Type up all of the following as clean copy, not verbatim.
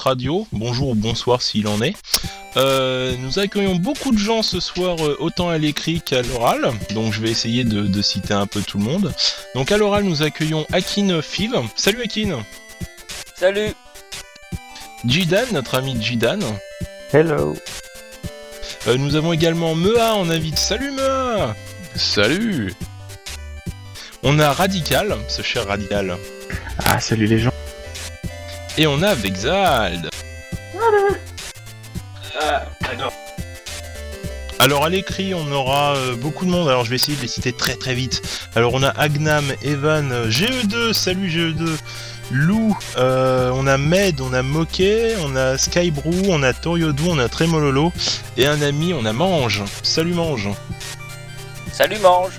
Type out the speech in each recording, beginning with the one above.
radio. Bonjour ou bonsoir s'il en est. Nous accueillons beaucoup de gens ce soir, autant à l'écrit qu'à l'oral. Donc je vais essayer de citer un peu tout le monde. Donc à l'oral, nous accueillons Akin Fiv. Salut Akin. Salut. Jidan, notre ami Jidan. Hello. Nous avons également Mea en invite. Salut Mea. Salut. On a Radical, ce cher Radical. Ah, salut les gens. Et on a Vexald. Alors à l'écrit on aura beaucoup de monde, alors je vais essayer de les citer très très vite. Alors on a Agnam, Evan, GE2, salut GE2, Lou, on a Med, on a Moquet, on a Skybrew, on a Toriodo, on a Tremololo, et un ami, on a Mange. Salut Mange. Salut Mange.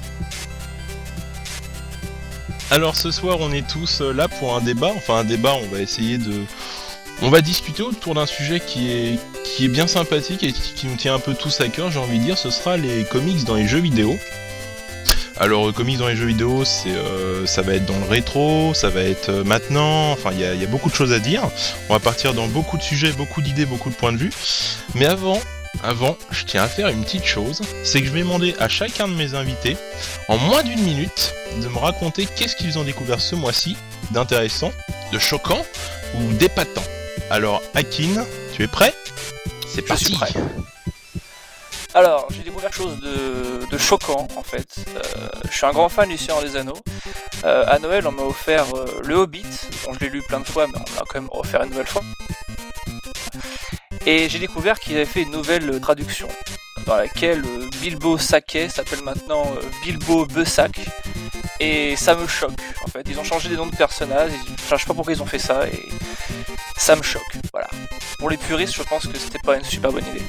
Alors ce soir on est tous là pour un débat, on va essayer de... On va discuter autour d'un sujet qui est bien sympathique et qui nous tient un peu tous à cœur, j'ai envie de dire, ce sera les comics dans les jeux vidéo. Alors comics dans les jeux vidéo, ça va être dans le rétro, ça va être maintenant, enfin il y a beaucoup de choses à dire. On va partir dans beaucoup de sujets, beaucoup d'idées, beaucoup de points de vue. Mais avant, je tiens à faire une petite chose, c'est que je vais demander à chacun de mes invités, en moins d'une minute, de me raconter qu'est-ce qu'ils ont découvert ce mois-ci, d'intéressant, de choquant ou d'épatant. Alors, Akin, tu es prêt ? C'est parti. Je suis prêt. Alors, j'ai découvert quelque chose de choquant, en fait. Je suis un grand fan du Seigneur des Anneaux. À Noël, on m'a offert Le Hobbit. Bon, je l'ai lu plein de fois, mais on l'a quand même offert une nouvelle fois. Et j'ai découvert qu'ils avaient fait une nouvelle traduction, dans laquelle Bilbo Saquet s'appelle maintenant Bilbo Bessac. Et ça me choque, en fait. Ils ont changé des noms de personnages, je sais pas pourquoi ils ont fait ça, et ça me choque, voilà. Pour les puristes, je pense que c'était pas une super bonne idée.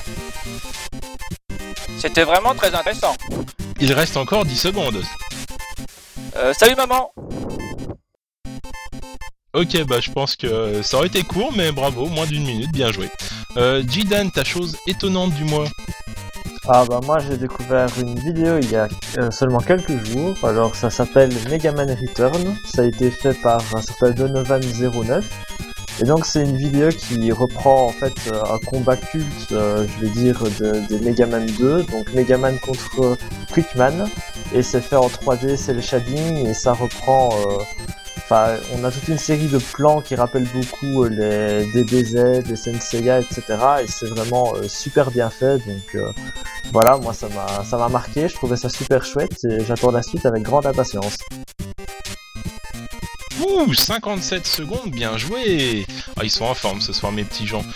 C'était vraiment très intéressant. Il reste encore 10 secondes. Salut maman. Ok, je pense que ça aurait été court, mais bravo, moins d'une minute, bien joué. Jidan, ta chose étonnante du mois. Ah moi j'ai découvert une vidéo il y a seulement quelques jours, alors ça s'appelle Mega Man Return, ça a été fait par un certain Donovan09, et donc c'est une vidéo qui reprend en fait un combat culte, je vais dire, des Mega Man 2, donc Mega Man contre Quickman, et c'est fait en 3D, c'est le shading, et ça reprend... on a toute une série de plans qui rappellent beaucoup les DBZ, les Senseiya, etc. Et c'est vraiment super bien fait. Donc voilà, moi ça m'a marqué. Je trouvais ça super chouette et j'attends la suite avec grande impatience. Ouh, 57 secondes, bien joué. Ah, ils sont en forme ce soir, mes petits gens.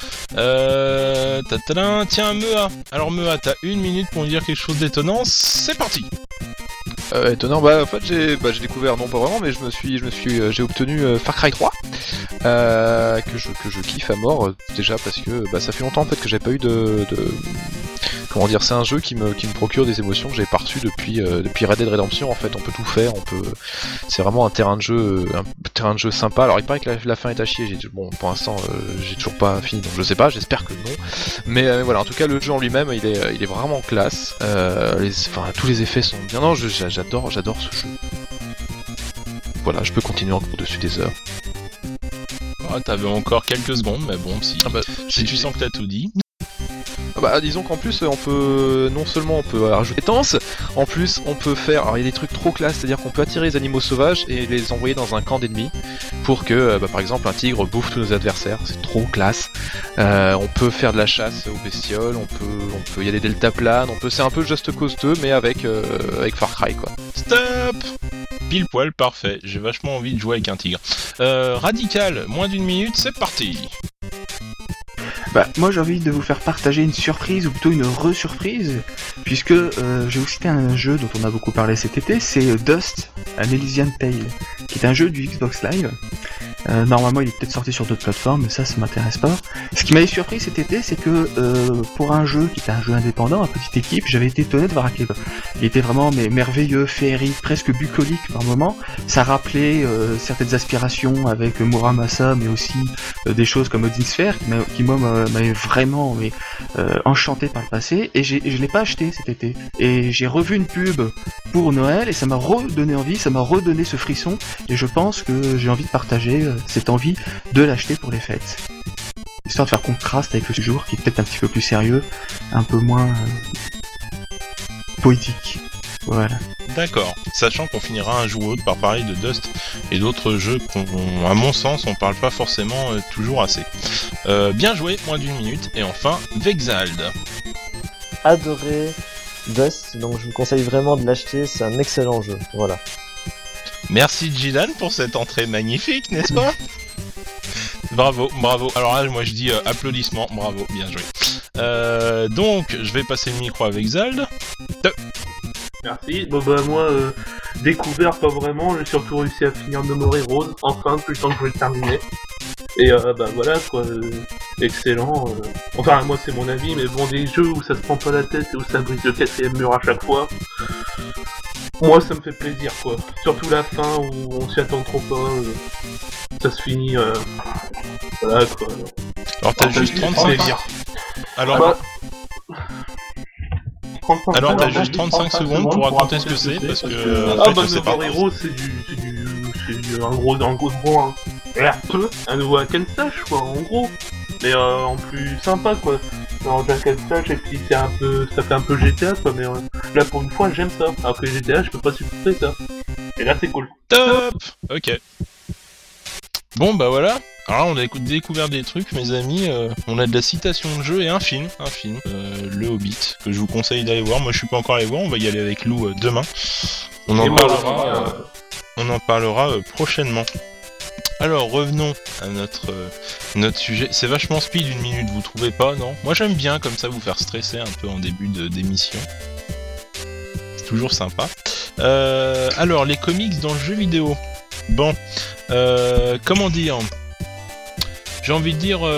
Tiens, Mea. Alors Mea, t'as une minute pour me dire quelque chose d'étonnant. C'est parti. Étonnant, en fait j'ai découvert, non pas vraiment, mais j'ai obtenu Far Cry 3 que je kiffe à mort, déjà parce que ça fait longtemps en fait que j'ai pas eu comment dire, c'est un jeu qui me procure des émotions que j'avais pas reçues depuis Red Dead Redemption. En fait on peut tout faire, c'est vraiment un terrain de jeu sympa. Alors il paraît que la fin est à chier, pour l'instant j'ai toujours pas fini, donc je sais pas, j'espère que non, mais voilà, en tout cas le jeu en lui-même il est vraiment classe, tous les effets sont bien, non, j'adore ce jeu. Voilà, je peux continuer encore dessus des heures. Ah, t'avais encore quelques secondes, mais bon, si tu sens que t'as tout dit. Disons qu'en plus on peut rajouter tense, en plus on peut faire, alors il y a des trucs trop classe, c'est-à-dire qu'on peut attirer les animaux sauvages et les envoyer dans un camp d'ennemis pour que par exemple un tigre bouffe tous nos adversaires, c'est trop classe. On peut faire de la chasse aux bestioles, il y a des deltaplanes, c'est un peu Just Cause 2 mais avec Far Cry quoi. Stop. Pile poil, parfait, j'ai vachement envie de jouer avec un tigre. Radical, moins d'une minute, c'est parti. Moi j'ai envie de vous faire partager une surprise, ou plutôt une re-surprise, puisque je vais vous citer un jeu dont on a beaucoup parlé cet été, c'est Dust, An Elysian Tale, qui est un jeu du Xbox Live. Normalement il est peut-être sorti sur d'autres plateformes, mais ça m'intéresse pas. Ce qui m'avait surpris cet été, c'est que pour un jeu qui était un jeu indépendant, à petite équipe, j'avais été étonné de voir à quel point il était vraiment merveilleux, féerique, presque bucolique par moments. Ça rappelait certaines aspirations avec Muramasa, mais aussi des choses comme Odin Sphere, qui moi m'avait vraiment enchanté par le passé, et je l'ai pas acheté cet été. Et j'ai revu une pub pour Noël, et ça m'a redonné envie, ça m'a redonné ce frisson, et je pense que j'ai envie de partager cette envie de l'acheter pour les fêtes. Histoire de faire contraste avec le jour qui est peut-être un petit peu plus sérieux, un peu moins poétique. Voilà. D'accord. Sachant qu'on finira un jour ou l'autre par parler de Dust et d'autres jeux qu'on, à mon sens, on parle pas forcément toujours assez. Bien joué, moins d'1 minute. Et enfin, Vexald. Adoré Dust, donc je vous conseille vraiment de l'acheter, c'est un excellent jeu, voilà. Merci Jilan pour cette entrée magnifique, n'est-ce pas? Bravo, bravo. Alors là, moi je dis applaudissements, bravo, bien joué. Donc, je vais passer le micro à Vexald. Merci. Bon bah moi, découvert pas vraiment, j'ai surtout réussi à finir No More Heroes, enfin, plus le temps que je vais le terminer. Et bah voilà quoi, excellent. Enfin moi c'est mon avis, mais bon, des jeux où ça se prend pas la tête et où ça brise le 4ème mur à chaque fois, moi ça me fait plaisir quoi. Surtout la fin où on s'y attend trop pas, ça se finit, voilà quoi. Alors t'as juste 35 plaisir. Alors, Bah, alors t'as juste 35 secondes pour raconter ce que c'est, parce que... Ah bah je sais No pas. More Heroes c'est un gros bon un nouveau hack and slash quoi en gros, mais en plus sympa quoi. Alors hack and slash et puis ça fait un peu GTA quoi, mais là pour une fois j'aime ça, alors que GTA je peux pas supporter ça. Et là c'est cool. Top. Ok. Bon bah voilà. Alors là, on a découvert des trucs, mes amis. On a de la citation de jeu et un film, Le Hobbit, que je vous conseille d'aller voir. Moi, je suis pas encore allé voir. On va y aller avec Lou demain. On en parlera prochainement. Alors revenons à notre sujet. C'est vachement speed 1 minute, vous trouvez pas, non? Moi j'aime bien comme ça vous faire stresser un peu en début d'émission. C'est toujours sympa. Alors les comics dans le jeu vidéo. Bon, comment dire? J'ai envie de dire...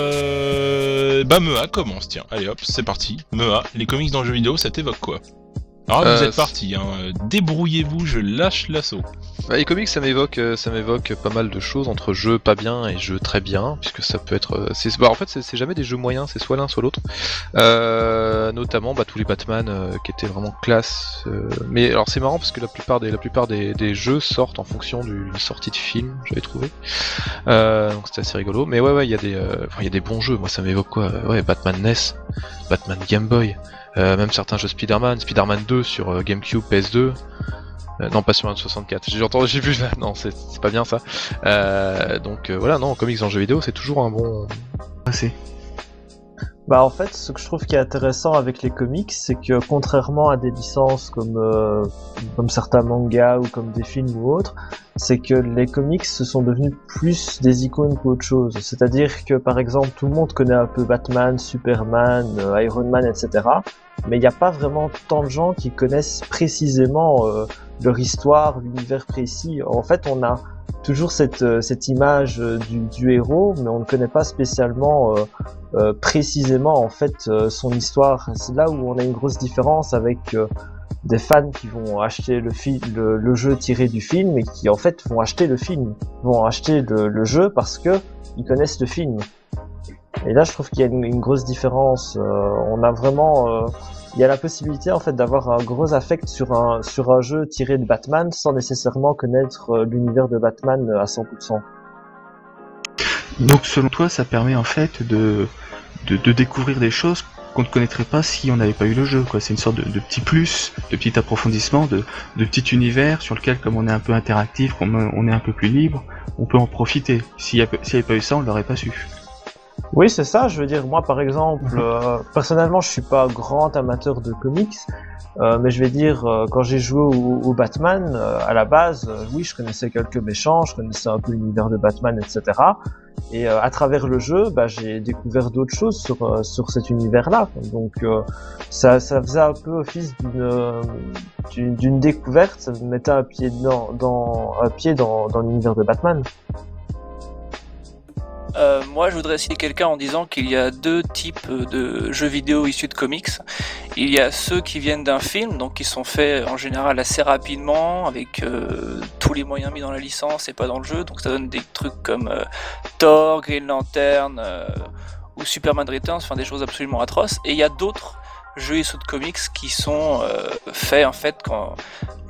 Mea commence, tiens. Allez hop, c'est parti. Mea, les comics dans le jeu vidéo, ça t'évoque quoi? Alors vous êtes parti, hein. Débrouillez-vous, je lâche l'assaut. Bah, les comics, ça m'évoque pas mal de choses entre jeux pas bien et jeux très bien, puisque ça peut être. En fait, c'est jamais des jeux moyens, c'est soit l'un soit l'autre. Notamment tous les Batman qui étaient vraiment classe. Mais alors c'est marrant parce que la plupart des jeux sortent en fonction d'une sortie de film, j'avais trouvé. Donc c'était assez rigolo. Mais ouais, il y a des bons jeux. Moi, ça m'évoque quoi? Ouais, Batman NES, Batman Game Boy. Même certains jeux Spider-Man 2 sur GameCube, PS2, non pas sur un 64, j'ai vu, non c'est pas bien ça. Donc voilà, non, comics en jeu vidéo c'est toujours un bon... Assez. Bah en fait, ce que je trouve qui est intéressant avec les comics, c'est que contrairement à des licences comme certains mangas ou comme des films ou autres, c'est que les comics se sont devenus plus des icônes qu'autre chose. C'est-à-dire que par exemple, tout le monde connaît un peu Batman, Superman, Iron Man, etc. Mais il n'y a pas vraiment tant de gens qui connaissent précisément leur histoire, l'univers précis. En fait, on a toujours cette image du héros, mais on ne connaît pas spécialement précisément en fait son histoire. C'est là où on a une grosse différence avec des fans qui vont acheter le jeu tiré du film et qui en fait vont acheter le film, vont acheter le jeu parce que ils connaissent le film. Et là, je trouve qu'il y a une grosse différence. On a vraiment, il y a la possibilité en fait d'avoir un gros affect sur un jeu tiré de Batman sans nécessairement connaître l'univers de Batman à 100%. Donc selon toi, ça permet en fait de découvrir des choses qu'on ne connaîtrait pas si on n'avait pas eu le jeu, quoi. C'est une sorte de petit plus, de petit approfondissement, de petit univers sur lequel, comme on est un peu interactif, on est un peu plus libre, on peut en profiter. S'il n'y avait pas eu ça, on l'aurait pas su. Oui, c'est ça. Je veux dire, moi, par exemple, personnellement, je suis pas grand amateur de comics, mais je vais dire, quand j'ai joué au Batman, à la base, oui, je connaissais quelques méchants, je connaissais un peu l'univers de Batman, etc. Et à travers le jeu, j'ai découvert d'autres choses sur cet univers-là. Donc, ça faisait un peu office d'une découverte. Ça me mettait un pied dans l'univers de Batman. Moi, je voudrais citer quelqu'un en disant qu'il y a deux types de jeux vidéo issus de comics. Il y a ceux qui viennent d'un film, donc qui sont faits en général assez rapidement, avec tous les moyens mis dans la licence et pas dans le jeu. Donc ça donne des trucs comme Thor, Green Lantern ou Superman Returns, enfin des choses absolument atroces. Et il y a d'autres jeux issus de comics qui sont faits en fait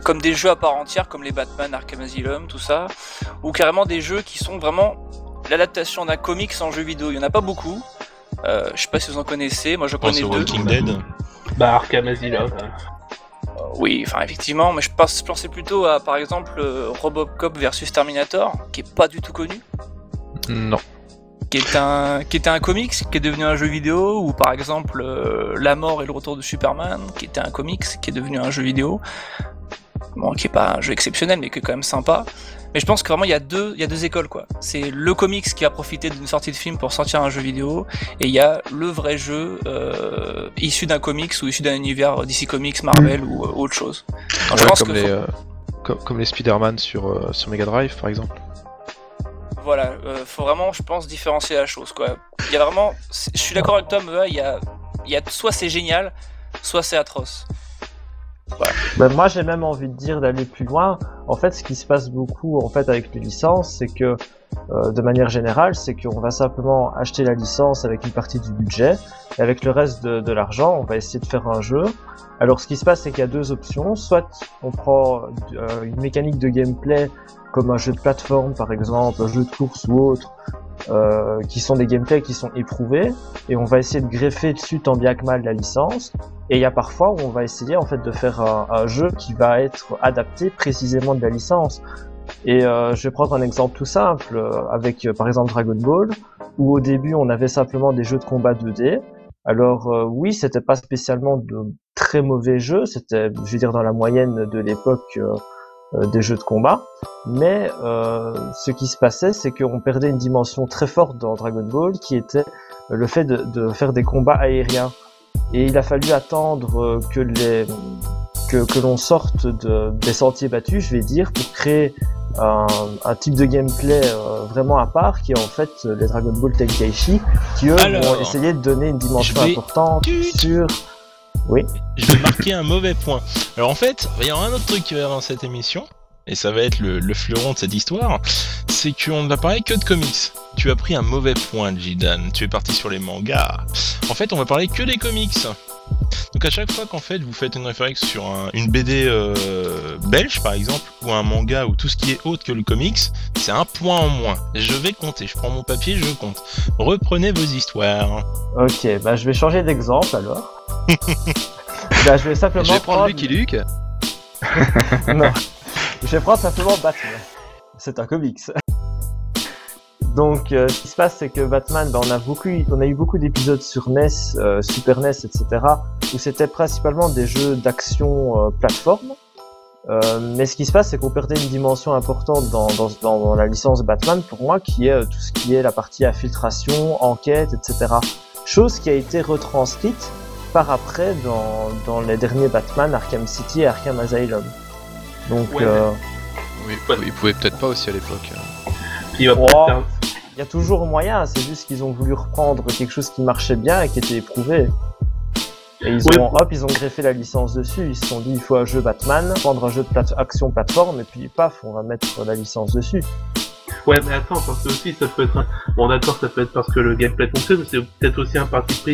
comme des jeux à part entière, comme les Batman, Arkham Asylum, tout ça, ou carrément des jeux qui sont vraiment l'adaptation d'un comics en jeu vidéo. Il y en a pas beaucoup. Je sais pas si vous en connaissez. Moi, je connais Pense au deux. Walking Dead. Bah, Arkham Asylum. Oui, enfin effectivement, mais je pensais plutôt à par exemple Robocop versus Terminator, qui est pas du tout connu, Non. qui était un comics, qui est devenu un jeu vidéo, ou par exemple La mort et le retour de Superman, qui était un comics, qui est devenu un jeu vidéo. Bon, qui est pas un jeu exceptionnel, mais qui est quand même sympa. Mais je pense que vraiment il y a deux écoles quoi. C'est le comics qui a profité d'une sortie de film pour sortir un jeu vidéo, et il y a le vrai jeu issu d'un comics ou issu d'un univers DC Comics, Marvel ou autre chose. Donc, je pense comme, comme les Spider-Man sur Mega Drive par exemple. Voilà, faut vraiment, je pense, différencier la chose quoi. Il y a vraiment, je suis d'accord avec toi, Mea, il y a soit c'est génial, soit c'est atroce. Voilà. Ben moi j'ai même envie de dire d'aller plus loin. En fait, ce qui se passe beaucoup en fait avec les licences, c'est que de manière générale, c'est qu'on va simplement acheter la licence avec une partie du budget, et avec le reste de l'argent, on va essayer de faire un jeu. Alors ce qui se passe, c'est qu'il y a deux options. Soit on prend une mécanique de gameplay comme un jeu de plateforme par exemple, un jeu de course ou autre, qui sont des gameplays qui sont éprouvés, et on va essayer de greffer dessus tant bien que mal la licence. Et il y a parfois où on va essayer en fait de faire un jeu qui va être adapté précisément de la licence. Et je vais prendre un exemple tout simple avec par exemple Dragon Ball, où au début on avait simplement des jeux de combat 2D. Alors oui, c'était pas spécialement de très mauvais jeux, c'était, je veux dire, dans la moyenne de l'époque des jeux de combat. Mais ce qui se passait, c'est qu'on perdait une dimension très forte dans Dragon Ball, qui était le fait de faire des combats aériens. Et il a fallu attendre que l'on sorte des sentiers battus, je vais dire, pour créer un type de gameplay vraiment à part, qui est en fait les Dragon Ball Tenkaichi, qui eux vont essayer de donner une dimension importante sur... Oui. Je vais marquer un mauvais point. Alors en fait, il y aura un autre truc qui va y avoir dans cette émission, et ça va être le fleuron de cette histoire, c'est qu'on ne va parler que de comics. Tu as pris un mauvais point, Jidan. Tu es parti sur les mangas. En fait, on va parler que des comics. Donc à chaque fois qu'en fait vous faites une référence sur une BD belge par exemple, ou un manga, ou tout ce qui est autre que le comics, c'est un point en moins. Je vais compter, je prends mon papier, je compte. Reprenez vos histoires. Ok, bah je vais changer d'exemple alors. Bah, je vais simplement Je vais prendre Lucky Luke. Non, je vais prendre simplement Batman. C'est un comics. Donc, ce qui se passe, c'est que Batman, on a eu beaucoup d'épisodes sur NES, Super NES, etc., où c'était principalement des jeux d'action plateforme. Mais ce qui se passe, c'est qu'on perdait une dimension importante dans la licence Batman, pour moi, qui est tout ce qui est la partie infiltration, enquête, etc. Chose qui a été retranscrite par après dans les derniers Batman, Arkham City et Arkham Asylum. Donc, Ouais, Oui, ils pouvaient peut-être pas aussi à l'époque. Puis il va peut-être il y a toujours moyen, c'est juste qu'ils ont voulu reprendre quelque chose qui marchait bien et qui était éprouvé. Et ils ont greffé la licence dessus, ils se sont dit il faut un jeu Batman, prendre un jeu de action plateforme, et puis paf, on va mettre la licence dessus. Ouais, mais attends, parce que aussi ça peut être bon d'accord, ça peut être parce que le gameplay fonctionne, mais c'est peut-être aussi un parti pris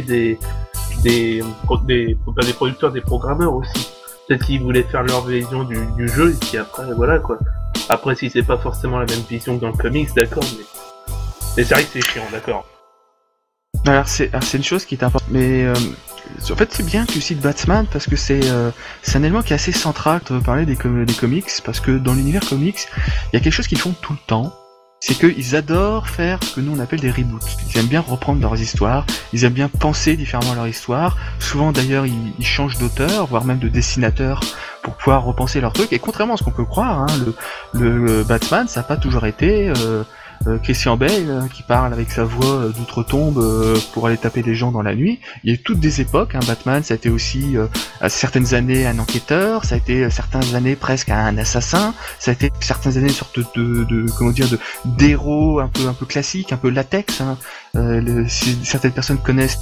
des producteurs, des programmeurs aussi. Peut-être qu'ils voulaient faire leur vision du jeu, et puis après, voilà quoi. Après, si c'est pas forcément la même vision que dans le comics, d'accord, mais c'est vrai que c'est chiant, d'accord. Alors c'est une chose qui est importante, mais en fait c'est bien que tu cites Batman parce que c'est un élément qui est assez central quand on veut parler des comics, parce que dans l'univers comics, il y a quelque chose qu'ils font tout le temps, c'est qu'ils adorent faire ce que nous on appelle des reboots. Ils aiment bien reprendre leurs histoires, ils aiment bien penser différemment leur histoire, souvent d'ailleurs ils changent d'auteur, voire même de dessinateur pour pouvoir repenser leur truc, et contrairement à ce qu'on peut croire, hein, le Batman ça n'a pas toujours été... Christian Bale qui parle avec sa voix d'outre-tombe pour aller taper des gens dans la nuit. Il y a eu toutes des époques, hein. Batman ça a été aussi à certaines années un enquêteur, ça a été certaines années presque un assassin, ça a été certaines années une sorte de d'héros un peu classique, un peu latex, hein. Si certaines personnes connaissent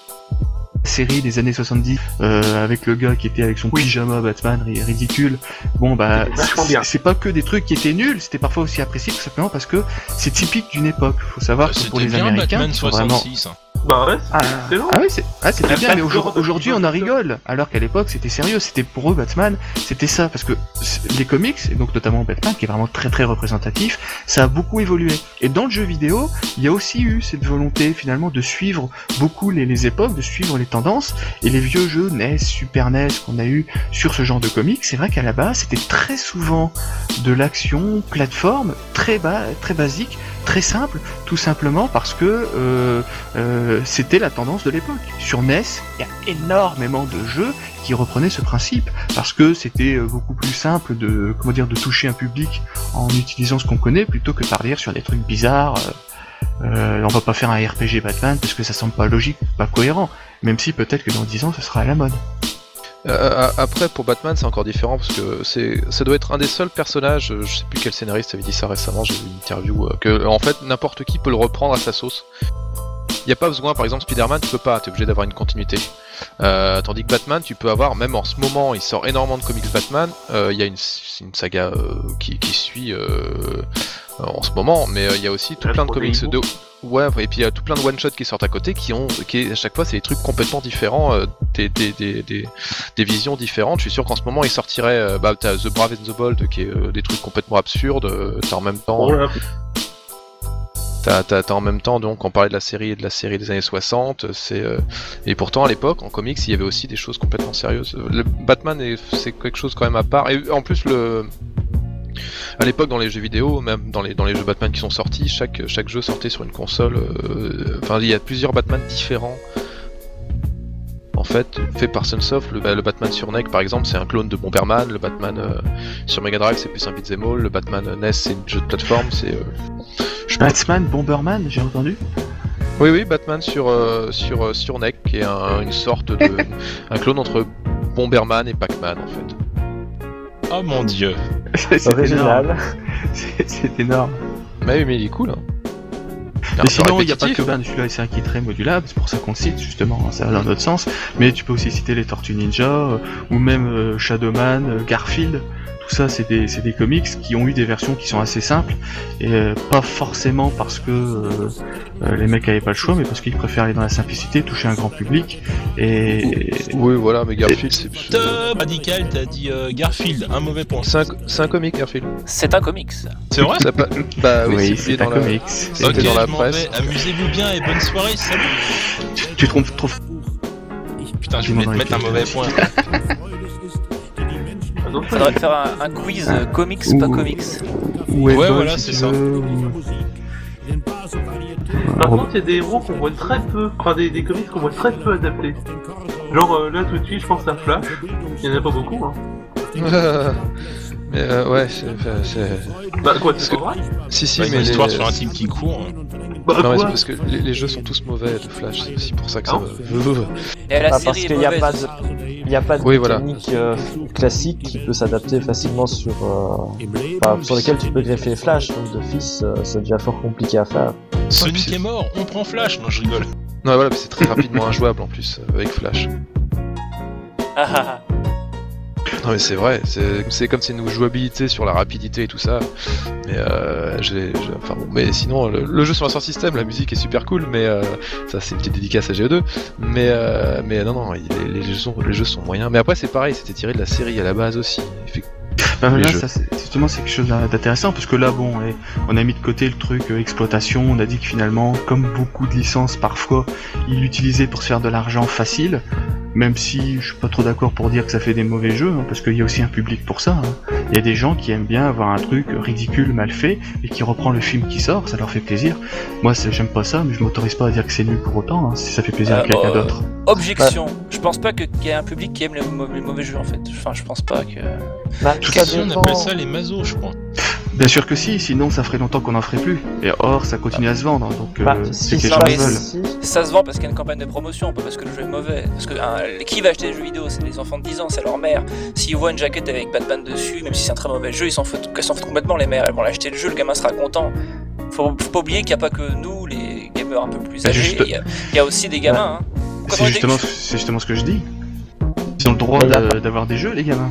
série des années 70 avec le gars qui était avec son pyjama Batman ridicule, bon bah c'est pas que des trucs qui étaient nuls, c'était parfois aussi apprécié tout simplement parce que c'est typique d'une époque. Faut savoir que pour les Américains Batman 66. Bah ouais, Ah, c'est long. c'était La bien, mais plateforme, aujourd'hui on en rigole, alors qu'à l'époque c'était sérieux, c'était pour eux Batman, c'était ça, parce que les comics, et donc notamment Batman, qui est vraiment très très représentatif, ça a beaucoup évolué. Et dans le jeu vidéo, il y a aussi eu cette volonté finalement de suivre beaucoup les époques, de suivre les tendances, et les vieux jeux NES, Super NES qu'on a eu sur ce genre de comics, c'est vrai qu'à la base c'était très souvent de l'action, plateforme, très basique, très simple, tout simplement parce que c'était la tendance de l'époque. Sur NES, il y a énormément de jeux qui reprenaient ce principe parce que c'était beaucoup plus simple de toucher un public en utilisant ce qu'on connaît plutôt que partir sur des trucs bizarres. On va pas faire un RPG Batman parce que ça semble pas logique, pas cohérent, même si peut-être que dans 10 ans ce sera à la mode. Après, pour Batman, c'est encore différent parce que ça doit être un des seuls personnages. Je sais plus quel scénariste avait dit ça récemment. J'ai vu une interview que en fait n'importe qui peut le reprendre à sa sauce. Il y a pas besoin, par exemple, Spider-Man, tu peux pas. T'es obligé d'avoir une continuité. Tandis que Batman, tu peux avoir, même en ce moment, il sort énormément de comics Batman. Il y a une saga qui suit en ce moment, mais il y a aussi tout plein de comics de. Ouais, et puis il y a tout plein de one-shots qui sortent à côté qui à chaque fois c'est des trucs complètement différents, des visions différentes. Je suis sûr qu'en ce moment il sortirait t'as The Brave and the Bold qui est des trucs complètement absurdes, t'as en même temps t'as en même temps, donc on parlait de la série des années 60, et pourtant à l'époque en comics il y avait aussi des choses complètement sérieuses. Le Batman c'est quelque chose quand même à part, et en plus à l'époque, dans les jeux vidéo, même dans les jeux Batman qui sont sortis, chaque jeu sortait sur une console. Enfin, il y a plusieurs Batman différents. En fait, fait par Sunsoft. Le Batman sur NEC, par exemple, c'est un clone de Bomberman. Le Batman sur Mega Drive, c'est plus un beat'em all. Le Batman NES, c'est un jeu de plateforme. Batman, Bomberman, j'ai entendu. Oui, Batman sur NEC, qui est une sorte de un clone entre Bomberman et Pac-Man, en fait. Oh mon dieu. C'est Original. énorme. C'est énorme. Mais il est cool. Hein. Mais sinon, il n'y a pas que celui-là, c'est un qui est très modulable, c'est pour ça qu'on le cite, justement, ça va dans notre sens. Mais tu peux aussi citer les Tortues Ninja, ou même Shadowman, Garfield. Tout ça, c'est des comics qui ont eu des versions qui sont assez simples, et pas forcément parce que les mecs avaient pas le choix, mais parce qu'ils préfèrent aller dans la simplicité, toucher un grand public, et... Oui, voilà, mais Garfield, c'est... Top radical, t'as dit Garfield, un mauvais point. C'est un comic, Garfield. C'est un comics. C'est vrai? Bah oui, c'est un comics. Ok, dans la je m'en presse. vais. Amusez-vous bien et bonne soirée, salut. Tu trouves... Putain, je voulais te mettre un mauvais point. Faudrait faire un quiz comics, pas comics. Ouais, voilà, c'est ça. Par contre, il y a des héros qu'on voit très peu, enfin des comics qu'on voit très peu adaptés. Genre là tout de suite, je pense à Flash. Il y en a pas beaucoup, hein. Mais ouais, c'est... Bah quoi, c'est pas vrai? Si, Bah, mais une histoire sur un type qui court. Bah non, mais c'est quoi? parce que les jeux sont tous mauvais de Flash, c'est aussi pour ça que ça va. Et la Parce série est qu'il n'y a mauvaise. pas de, il y a pas de Oui, voilà. mécanique classique qui peut s'adapter facilement sur lesquels tu peux greffer Flash, donc d'office c'est déjà fort compliqué à faire. Sonic est mort, on prend Flash. Non, je rigole. Non, voilà, mais c'est très rapidement injouable en plus avec Flash. Non mais c'est vrai, c'est comme c'est une jouabilité sur la rapidité et tout ça. Mais enfin bon, mais sinon le jeu sur un système, la musique est super cool, mais ça c'est une petite dédicace à GE2. Mais non, les jeux sont moyens. Mais après c'est pareil, c'était tiré de la série à la base aussi. Bah voilà, ça, justement c'est quelque chose d'intéressant parce que là on a mis de côté le truc exploitation, on a dit que finalement comme beaucoup de licences parfois ils l'utilisaient pour se faire de l'argent facile, même si je suis pas trop d'accord pour dire que ça fait des mauvais jeux, hein, parce qu'il y a aussi un public pour ça, hein. Il y a des gens qui aiment bien avoir un truc ridicule, mal fait, et qui reprend le film qui sort, ça leur fait plaisir. Moi j'aime pas ça, mais je m'autorise pas à dire que c'est nul pour autant, hein, si ça fait plaisir à quelqu'un d'autre. Objection, je pense pas qu'il y ait un public qui aime les mauvais jeux en fait. Enfin, je pense pas que... Tout ça, on appelle ça les masos, je crois. Bien sûr que si, sinon ça ferait longtemps qu'on n'en ferait plus. Et or, ça continue à se vendre, donc c'est que les gens veulent. Ça se vend parce qu'il y a une campagne de promotion, pas parce que le jeu est mauvais. Parce que qui va acheter des jeux vidéo? C'est les enfants de 10 ans, c'est leur mère. S'ils voient une jaquette avec Batman dessus, même si c'est un très mauvais jeu, elles s'en foutent complètement, les mères. Elles vont l'acheter le jeu, le gamin sera content. Faut pas oublier qu'il n'y a pas que nous, les gamers un peu plus âgés, il y a aussi des gamins. Hein. C'est justement ce que je dis. Ils ont le droit d'avoir des jeux, les gamins.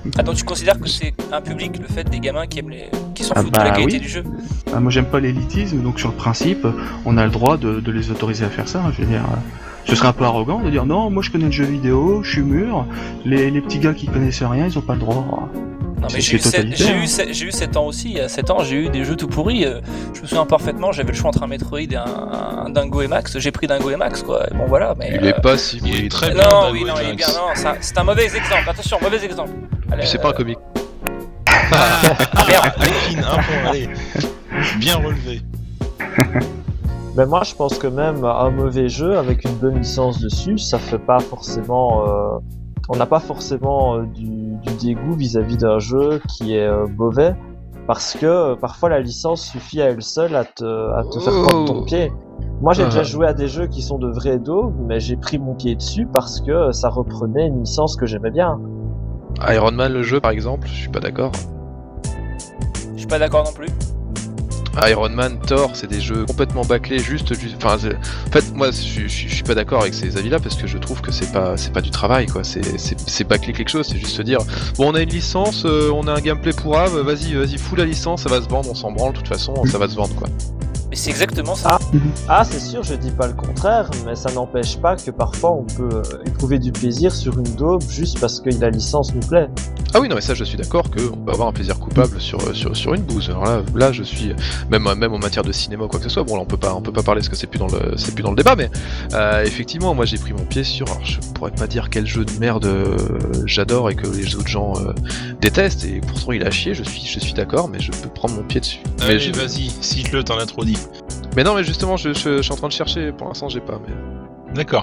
Ah, donc tu considères que c'est un public, le fait des gamins qui s'en Ah foutent de la bah qualité oui. du jeu? Ah, moi j'aime pas l'élitisme, donc sur le principe, on a le droit de les autoriser à faire ça. Je veux dire, ce serait un peu arrogant de dire non, moi je connais le jeu vidéo, je suis mûr, les petits gars qui connaissent rien, ils ont pas le droit. Non mais C'est totalitaire. j'ai eu 7 ans aussi, il y a 7 ans j'ai eu des jeux tout pourris, je me souviens parfaitement, j'avais le choix entre un Metroid et un Dingo Max, j'ai pris Dingo Max quoi, et bon voilà, mais... Il est pas si Il est pourri. très Non, bien, oui, Dingo non, il est Max. bien, non, c'est un mauvais exemple, attention, mauvais exemple. Allez, Puis c'est pas un comic. merde. Anakin, un point, allez. Bien relevé. Mais moi, je pense que même un mauvais jeu avec une bonne licence dessus, ça fait pas forcément. On n'a pas forcément du dégoût vis-à-vis d'un jeu qui est mauvais, parce que parfois la licence suffit à elle seule à te faire prendre ton pied. Moi, j'ai déjà joué à des jeux qui sont de vrais daubes, mais j'ai pris mon pied dessus parce que ça reprenait une licence que j'aimais bien. Iron Man, le jeu par exemple, je suis pas d'accord. Je suis pas d'accord non plus. Iron Man, Thor, c'est des jeux complètement bâclés, enfin, en fait, moi, je suis pas d'accord avec ces avis-là parce que je trouve que c'est pas du travail, quoi. C'est bâcler quelque chose, c'est juste se dire, bon, on a une licence, on a un gameplay pourrave, vas-y, fous la licence, ça va se vendre, on s'en branle, de toute façon, ça va se vendre, quoi. Mais c'est exactement ça. Ah, c'est sûr, je dis pas le contraire, mais ça n'empêche pas que parfois on peut éprouver du plaisir sur une daube juste parce que la licence nous plaît. Ah oui, non, mais ça, je suis d'accord qu'on peut avoir un plaisir coupable sur une bouse. Alors là, je suis même en matière de cinéma ou quoi que ce soit. Bon, là, on peut pas parler parce que c'est plus dans le débat, mais effectivement, moi, j'ai pris mon pied sur. Alors, je pourrais pas dire quel jeu de merde j'adore et que les autres gens détestent. Et pourtant, il a chier. Je suis d'accord, mais je peux prendre mon pied dessus. Allez, Mais vas-y, cite-le, t'en as trop dit. Mais non, mais justement, je suis en train de chercher. Pour l'instant, j'ai pas. Mais D'accord.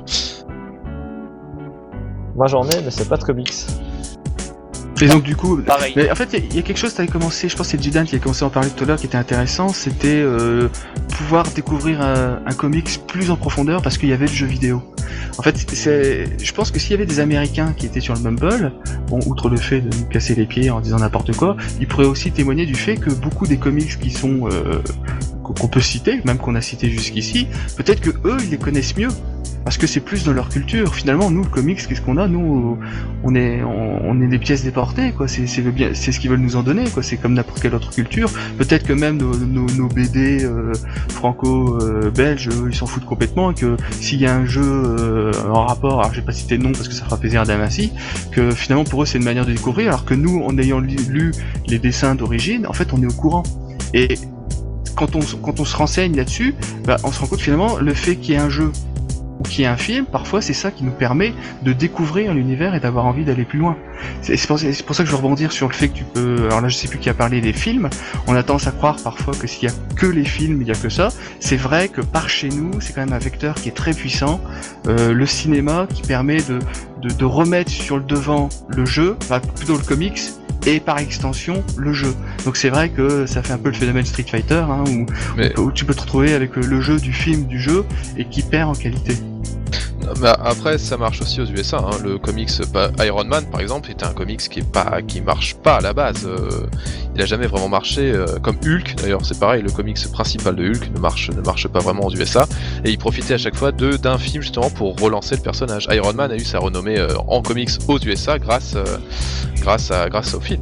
Moi j'en ai, mais c'est pas de comics. Et donc du coup, Pareil. mais en fait il y a quelque chose, t'avais commencé, je pense que c'est Jidan qui a commencé à en parler tout à l'heure, qui était intéressant, c'était pouvoir découvrir un comics plus en profondeur parce qu'il y avait le jeu vidéo. En fait, je pense que s'il y avait des Américains qui étaient sur le Mumble, bon, outre le fait de nous casser les pieds en disant n'importe quoi, ils pourraient aussi témoigner du fait que beaucoup des comics qui sont qu'on peut citer, même qu'on a cité jusqu'ici, peut-être que eux ils les connaissent mieux. Parce que c'est plus dans leur culture. Finalement, nous, le comics, qu'est-ce qu'on a? Nous, on est des pièces déportées, quoi. C'est ce qu'ils veulent nous en donner, quoi. C'est comme n'importe quelle autre culture. Peut-être que même nos BD franco-belges, ils s'en foutent complètement, et que s'il y a un jeu en rapport, alors j'ai pas cité le nom parce que ça fera plaisir à Damassi, que finalement pour eux c'est une manière de découvrir, alors que nous, en ayant lu les dessins d'origine, en fait, on est au courant. Et quand on se renseigne là-dessus, bah, on se rend compte finalement le fait qu'il y ait un jeu ou qu'il y ait un film, parfois c'est ça qui nous permet de découvrir l'univers et d'avoir envie d'aller plus loin. C'est pour ça que je veux rebondir sur le fait que tu peux... Alors là je sais plus qui a parlé des films, on a tendance à croire parfois que s'il y a que les films, il y a que ça. C'est vrai que par chez nous, c'est quand même un vecteur qui est très puissant, le cinéma qui permet de remettre sur le devant le jeu, enfin plutôt le comics, et par extension le jeu. Donc c'est vrai que ça fait un peu le phénomène Street Fighter, hein, où tu peux te retrouver avec le jeu du film du jeu et qui perd en qualité. Bah, après, ça marche aussi aux USA. Hein. Le comics Iron Man, par exemple, était un comics qui marche pas à la base. Il a jamais vraiment marché. Comme Hulk, d'ailleurs, c'est pareil. Le comics principal de Hulk ne marche pas vraiment aux USA. Et il profitait à chaque fois d'un film justement pour relancer le personnage. Iron Man a eu sa renommée en comics aux USA grâce au film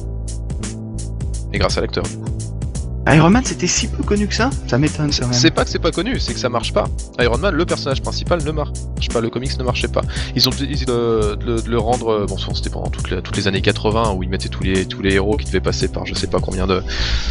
et grâce à l'acteur. Iron Man c'était si peu connu que ça m'étonne quand même. C'est pas que c'est pas connu, c'est que ça marche pas. Iron Man, le personnage principal ne marche pas, le comics ne marchait pas. Ils ont décidé de le rendre, bon souvent c'était pendant toutes les années 80 où ils mettaient tous les héros qui devaient passer par je sais pas combien de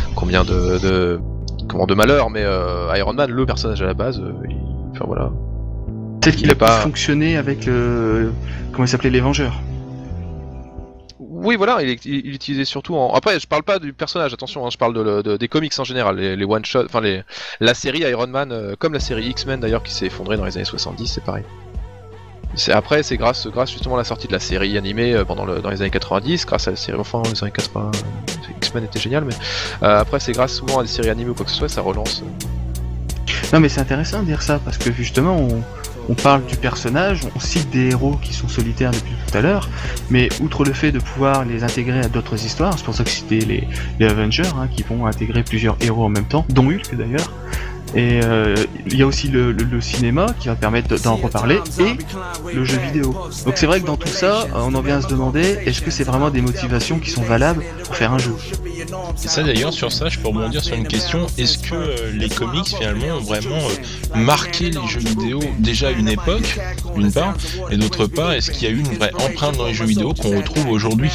malheurs, mais Iron Man, le personnage à la base, enfin voilà. Tel qu'il a pas fonctionné avec comment il s'appelait, les Vengeurs. Oui, voilà, il utilisait surtout en... Après, je parle pas du personnage, attention, hein, je parle des comics en général, les one-shots, enfin la série Iron Man, comme la série X-Men d'ailleurs qui s'est effondrée dans les années 70, c'est pareil. Après, c'est grâce justement à la sortie de la série animée dans les années 90, grâce à la série, enfin, les années 80, X-Men était génial, mais après, c'est grâce souvent à des séries animées ou quoi que ce soit, ça relance. Non, mais c'est intéressant de dire ça, parce que justement, on parle du personnage, on cite des héros qui sont solitaires depuis tout à l'heure, mais outre le fait de pouvoir les intégrer à d'autres histoires, c'est pour ça que c'était les Avengers, hein, qui vont intégrer plusieurs héros en même temps, dont Hulk d'ailleurs, Et il y a aussi le cinéma qui va permettre d'en reparler, et le jeu vidéo. Donc c'est vrai que dans tout ça, on en vient à se demander, est-ce que c'est vraiment des motivations qui sont valables pour faire un jeu? Et ça d'ailleurs, sur ça, je peux rebondir sur une question. Est-ce que les comics finalement ont vraiment marqué les jeux vidéo déjà à une époque, d'une part, et d'autre part, est-ce qu'il y a eu une vraie empreinte dans les jeux vidéo qu'on retrouve aujourd'hui?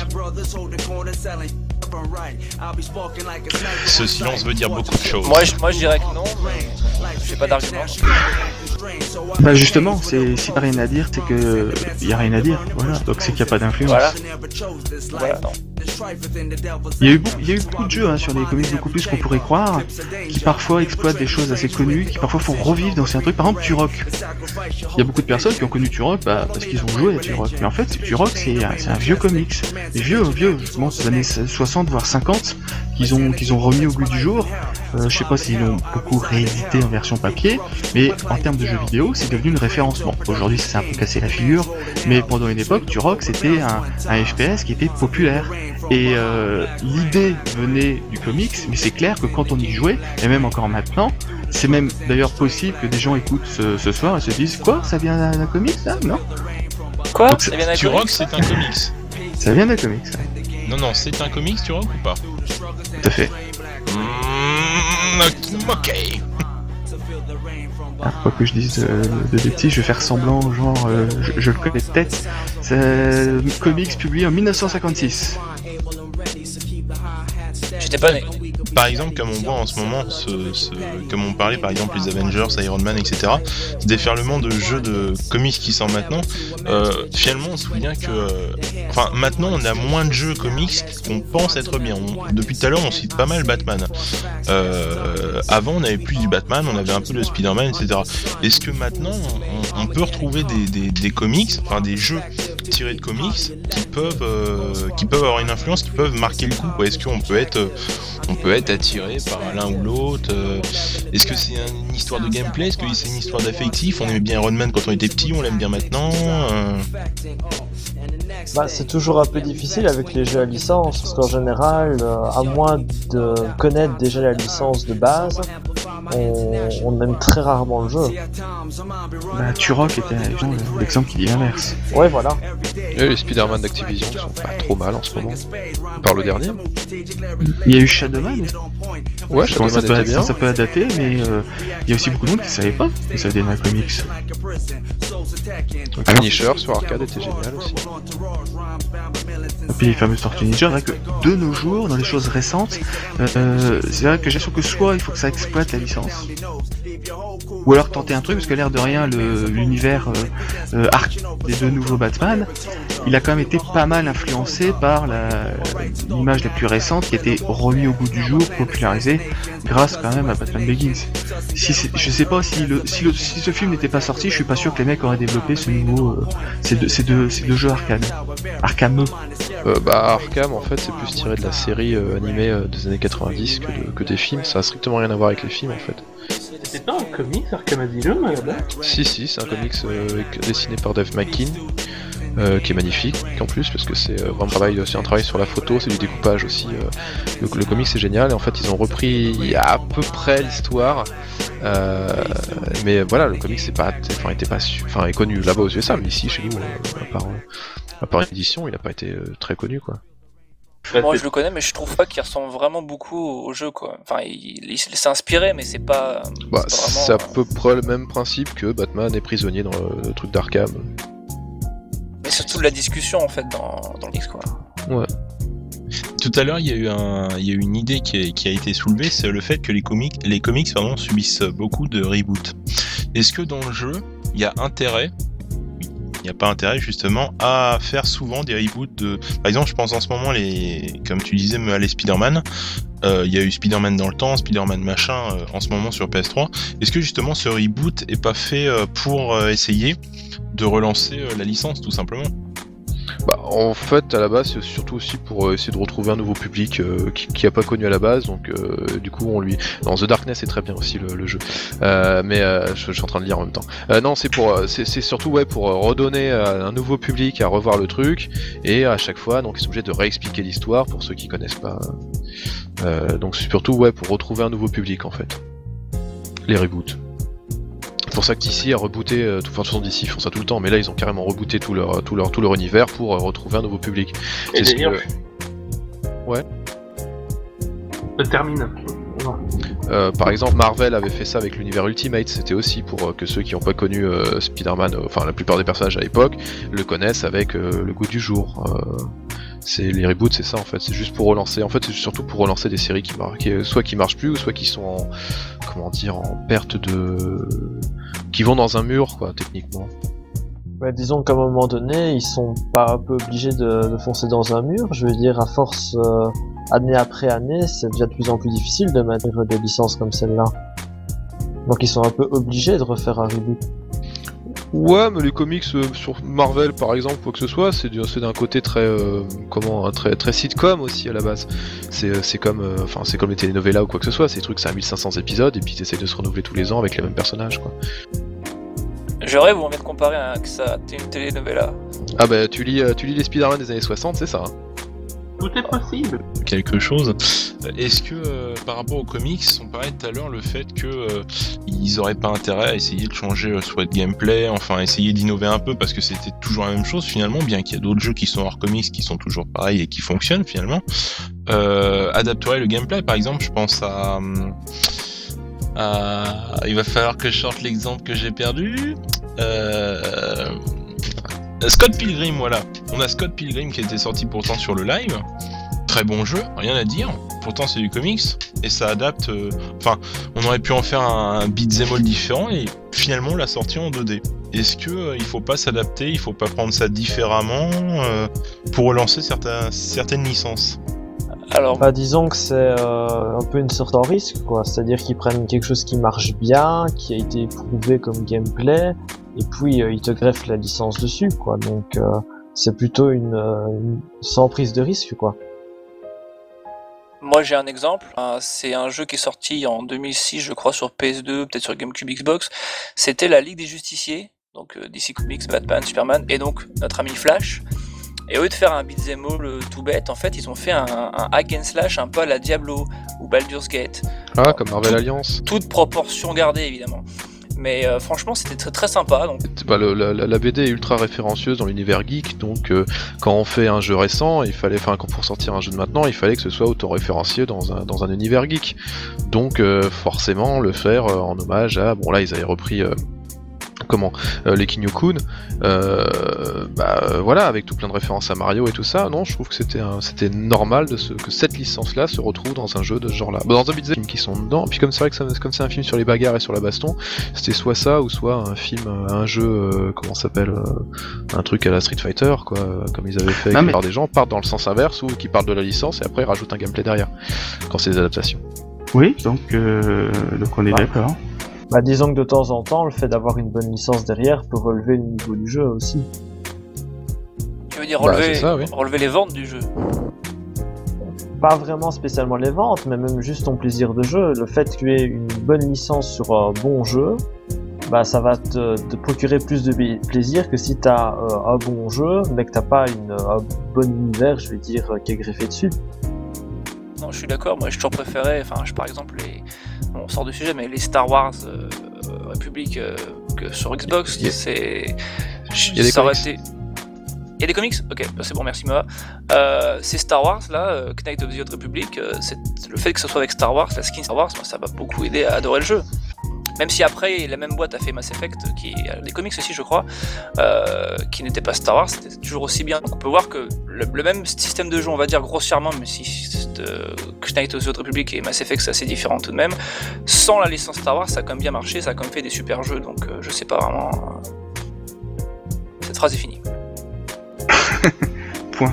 Ce silence veut dire beaucoup de choses. Moi je dirais que non, mais j'ai pas d'argument. Bah justement, s'il n'y a rien à dire, c'est que il y a rien à dire, voilà. Donc c'est qu'il n'y a pas d'influence. Voilà, non. Il y a eu beaucoup de jeux sur les comics, beaucoup plus qu'on pourrait croire, qui parfois exploitent des choses assez connues, qui parfois font revivre d'anciens trucs. Par exemple, Turok. Il y a beaucoup de personnes qui ont connu Turok parce qu'ils ont joué à Turok. Mais en fait, Turok, c'est un vieux comics. Vieux, justement, des années 60 voire 50, qu'ils ont remis au goût du jour. Je sais pas s'ils l'ont beaucoup réédité en version papier, mais en termes de jeux vidéo, c'est devenu une référence. Bon, aujourd'hui, c'est un peu cassé la figure, mais pendant une époque, Turok, c'était un FPS qui était populaire. Et l'idée venait du comics, mais c'est clair que quand on y jouait, et même encore maintenant, c'est même d'ailleurs possible que des gens écoutent ce soir et se disent quoi, ça vient d'un comics là, non? Quoi? Donc, ça vient d'un Turok, comics? c'est un comics. Ça vient d'un comics, ça. Non, c'est un comics, Turok, ou pas? Tout à fait. Ok. Quoi que je dise de bêtises, je vais faire semblant, genre je le connais de tête. C'est comics publié en 1956. J'étais pas né. Par exemple, comme on voit en ce moment, comme on parlait par exemple les Avengers, Iron Man, etc., ce déferlement de jeux de comics qui sort maintenant, finalement on se souvient que... Enfin, maintenant on a moins de jeux comics qu'on pense être bien. Depuis tout à l'heure on cite pas mal Batman. Avant on avait plus du Batman, on avait un peu de Spider-Man, etc. Est-ce que maintenant on peut retrouver des comics, enfin des jeux tirés de comics qui peuvent avoir une influence, qui peuvent marquer le coup, quoi? Est-ce qu'on peut être attiré par l'un ou l'autre? Est-ce que c'est une histoire de gameplay? Est-ce que c'est une histoire d'affectif? On aimait bien Iron Man quand on était petit, on l'aime bien maintenant? C'est toujours un peu difficile avec les jeux à licence, parce qu'en général, à moins de connaître déjà la licence de base, on aime très rarement le jeu. Turok était l'exemple qui dit l'inverse. Ouais, voilà. Et les Spider-Man d'Activision sont pas trop mal en ce moment. Par le dernier. Il y a eu Shadowman. Ouais, Shadowman était bien. Ça peut dater, mais il y a aussi beaucoup de monde qui savait pas que ça venait d'un comics. Punisher sur arcade était génial aussi. Et puis les fameuses Tortues Ninja, c'est vrai que de nos jours, dans les choses récentes, c'est vrai que j'ai l'impression que soit il faut que ça exploite la licence, ou alors tenter un truc, parce que l'air de rien, l'univers arc des deux nouveaux Batman, il a quand même été pas mal influencé par l'image la plus récente qui a été remis au goût du jour, popularisée grâce quand même à Batman Begins. Je sais pas si ce film n'était pas sorti, je suis pas sûr que les mecs auraient développé ce nouveau ces deux jeux arcade. Arkham. Arkham en fait c'est plus tiré de la série animée des années 90 que des films, ça a strictement rien à voir avec les films en fait. C'est pas un comics Arkham Asylum à la base? Si, c'est un comics dessiné par Dave McKean. Qui est magnifique en plus parce que c'est un travail sur la photo, c'est du découpage aussi. Le comic c'est génial et en fait ils ont repris à peu près l'histoire, mais voilà le comic est connu là-bas aux USA, mais ici chez nous à part édition il a pas été très connu quoi. Moi je le connais mais je trouve pas qu'il ressemble vraiment beaucoup au jeu quoi. Enfin il s'est inspiré mais c'est pas... c'est à peu près le même principe que Batman est prisonnier dans le truc d'Arkham. Mais surtout la discussion en fait dans le X quoi. Ouais. Tout à l'heure, il y a eu une idée qui a été soulevée, c'est le fait que les comics subissent beaucoup de reboots. Est-ce que dans le jeu, il y a intérêt, il n'y a pas intérêt justement à faire souvent des reboots de... Par exemple, je pense en ce moment, comme tu disais, les Spider-Man, il y a eu Spider-Man dans le temps, Spider-Man machin en ce moment sur PS3. Est-ce que justement ce reboot est pas fait pour essayer de relancer la licence tout simplement? En fait, à la base, c'est surtout aussi pour essayer de retrouver un nouveau public qui a pas connu à la base, donc du coup, dans The Darkness, c'est très bien aussi le jeu. Mais je suis en train de lire en même temps. Non, c'est surtout pour redonner un nouveau public à revoir le truc, et à chaque fois, donc ils sont obligés de réexpliquer l'histoire pour ceux qui connaissent pas. Donc c'est surtout pour retrouver un nouveau public en fait. les reboots. C'est pour ça que DC a rebooté, de toute façon DC ils font ça tout le temps, mais là ils ont carrément rebooté tout leur univers pour retrouver un nouveau public. Et C'est ce d'ailleurs, que... termine. Par exemple, Marvel avait fait ça avec l'univers Ultimate, c'était aussi pour que ceux qui n'ont pas connu Spider-Man, enfin la plupart des personnages à l'époque, le connaissent avec le goût du jour. Les reboots, c'est ça en fait, c'est juste pour relancer, en fait c'est surtout pour relancer des séries soit qui marchent plus, ou soit qui sont en perte de... qui vont dans un mur, quoi, techniquement. Ouais, disons qu'à un moment donné, ils sont pas un peu obligés de foncer dans un mur. Je veux dire, à force, année après année, c'est déjà de plus en plus difficile de maintenir des licences comme celle-là. Donc ils sont un peu obligés de refaire un reboot. Ouais, mais les comics sur Marvel par exemple, quoi que ce soit, c'est d'un côté très très sitcom aussi à la base. C'est comme les telenovelas ou quoi que ce soit, ces trucs c'est à 1500 épisodes et puis t'essayes de se renouveler tous les ans avec les mêmes personnages, quoi. J'aurais vous envie de comparer que ça à une telenovela. Ah bah tu lis les Spider-Man des années 60, c'est ça. Hein. Tout est possible. Quelque chose. Est-ce que par rapport aux comics, on parlait tout à l'heure le fait que ils auraient pas intérêt à essayer de changer soit de gameplay, enfin essayer d'innover un peu parce que c'était toujours la même chose finalement, bien qu'il y a d'autres jeux qui sont hors comics qui sont toujours pareils et qui fonctionnent finalement. Adapterait le gameplay, par exemple, je pense à il va falloir que je sorte l'exemple que j'ai perdu. Scott Pilgrim, voilà. On a Scott Pilgrim qui était sorti pourtant sur le live. Très bon jeu, rien à dire. Pourtant c'est du comics et ça adapte. Enfin, on aurait pu en faire un beat'em all différent et finalement on l'a sorti en 2D. Est-ce que il faut pas s'adapter, il faut pas prendre ça différemment pour relancer certaines licences? Alors, Bah, disons que c'est un peu une sorte en risque, quoi. C'est-à-dire qu'ils prennent quelque chose qui marche bien, qui a été prouvé comme gameplay, et puis ils te greffent la licence dessus, quoi. Donc c'est plutôt une sans prise de risque, quoi. moi j'ai un exemple. C'est un jeu qui est sorti en 2006, je crois, sur PS2, peut-être sur GameCube, Xbox. C'était la Ligue des Justiciers, donc DC Comics, Batman, Superman, et donc notre ami Flash. Et au lieu de faire un beat'em all tout bête, en fait, ils ont fait un hack and slash un peu à la Diablo ou Baldur's Gate. Ah, comme Marvel Alliance. Toute proportion gardée, évidemment. Mais franchement, c'était très, très sympa. Donc... Bah, la BD est ultra référencieuse dans l'univers geek, donc quand on fait un jeu récent, pour sortir un jeu de maintenant, il fallait que ce soit auto-référencié dans un univers geek. Donc forcément, le faire en hommage à... Bon là, ils avaient repris... les Kinyo-kun, voilà, avec tout plein de références à Mario et tout ça. Non, je trouve que c'était normal que cette licence-là se retrouve dans un jeu de ce genre-là. Bah, dans un beat'em qui sont dedans. Et puis comme c'est vrai que comme c'est un film sur les bagarres et sur la baston, c'était soit ça ou soit un film, un jeu, un truc à la Street Fighter, quoi, comme ils avaient fait. La plupart des gens partent dans le sens inverse ou qui parlent de la licence et après ils rajoutent un gameplay derrière quand c'est des adaptations. Oui, donc on est d'accord. Bah, disons que de temps en temps, le fait d'avoir une bonne licence derrière peut relever le niveau du jeu aussi. Tu veux dire relever, c'est ça, oui. relever les ventes du jeu? Pas vraiment spécialement les ventes, mais même juste ton plaisir de jeu. Le fait que tu aies une bonne licence sur un bon jeu, bah ça va te procurer plus de plaisir que si t'as un bon jeu, mais que t'as pas un bon univers, je vais dire, qui est greffé dessus. Non, je suis d'accord. Moi, j'ai toujours préféré, par exemple, on sort du sujet, mais les Star Wars République que sur Xbox, Il y a des ça aurait comics. été... Il y a des comics? Ok, c'est bon, merci Moa. Ces Star Wars là, Knights of the Old Republic, le fait que ce soit avec Star Wars, la skin Star Wars, ça m'a beaucoup aidé à adorer le jeu. Même si après, la même boîte a fait Mass Effect, qui a des comics aussi, je crois, qui n'était pas Star Wars, c'était toujours aussi bien. Donc on peut voir que le même système de jeu, on va dire grossièrement, mais si Knights of the Old Republic et Mass Effect, c'est assez différent tout de même. Sans la licence Star Wars, ça a quand même bien marché, ça a quand même fait des super jeux, donc je sais pas vraiment. Cette phrase est finie. Point.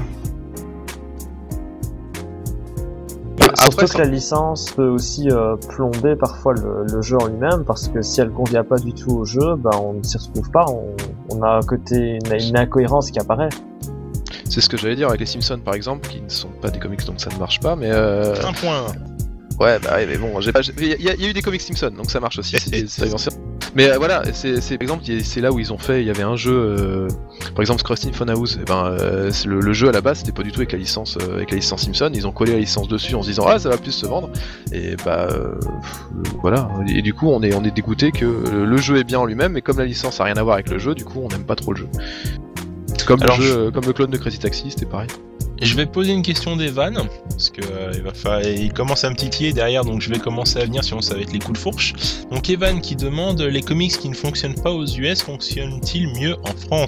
Surtout que la licence peut aussi plomber parfois le jeu en lui-même, parce que si elle convient pas du tout au jeu, bah on ne s'y retrouve pas, on a une incohérence qui apparaît. C'est ce que j'allais dire avec les Simpsons par exemple, qui ne sont pas des comics donc ça ne marche pas, mais Un point. Ouais, bah ouais, mais bon, il y a eu des comics Simpsons, donc ça marche aussi. Mais voilà, c'est par exemple, c'est là où ils ont fait, il y avait un jeu, par exemple Crossing Funhouse, le jeu à la base c'était pas du tout avec la licence Simpson, ils ont collé la licence dessus en se disant ça va plus se vendre, et voilà, et du coup on est dégoûté que le jeu est bien en lui-même, mais comme la licence a rien à voir avec le jeu, du coup on n'aime pas trop le jeu. Comme le clone de Crazy Taxi, c'était pareil. Je vais poser une question d'Evan, parce que il commence à me titiller derrière, donc je vais commencer à venir, sinon ça va être les coups de fourche. Donc Evan qui demande, les comics qui ne fonctionnent pas aux US fonctionnent-ils mieux en France ?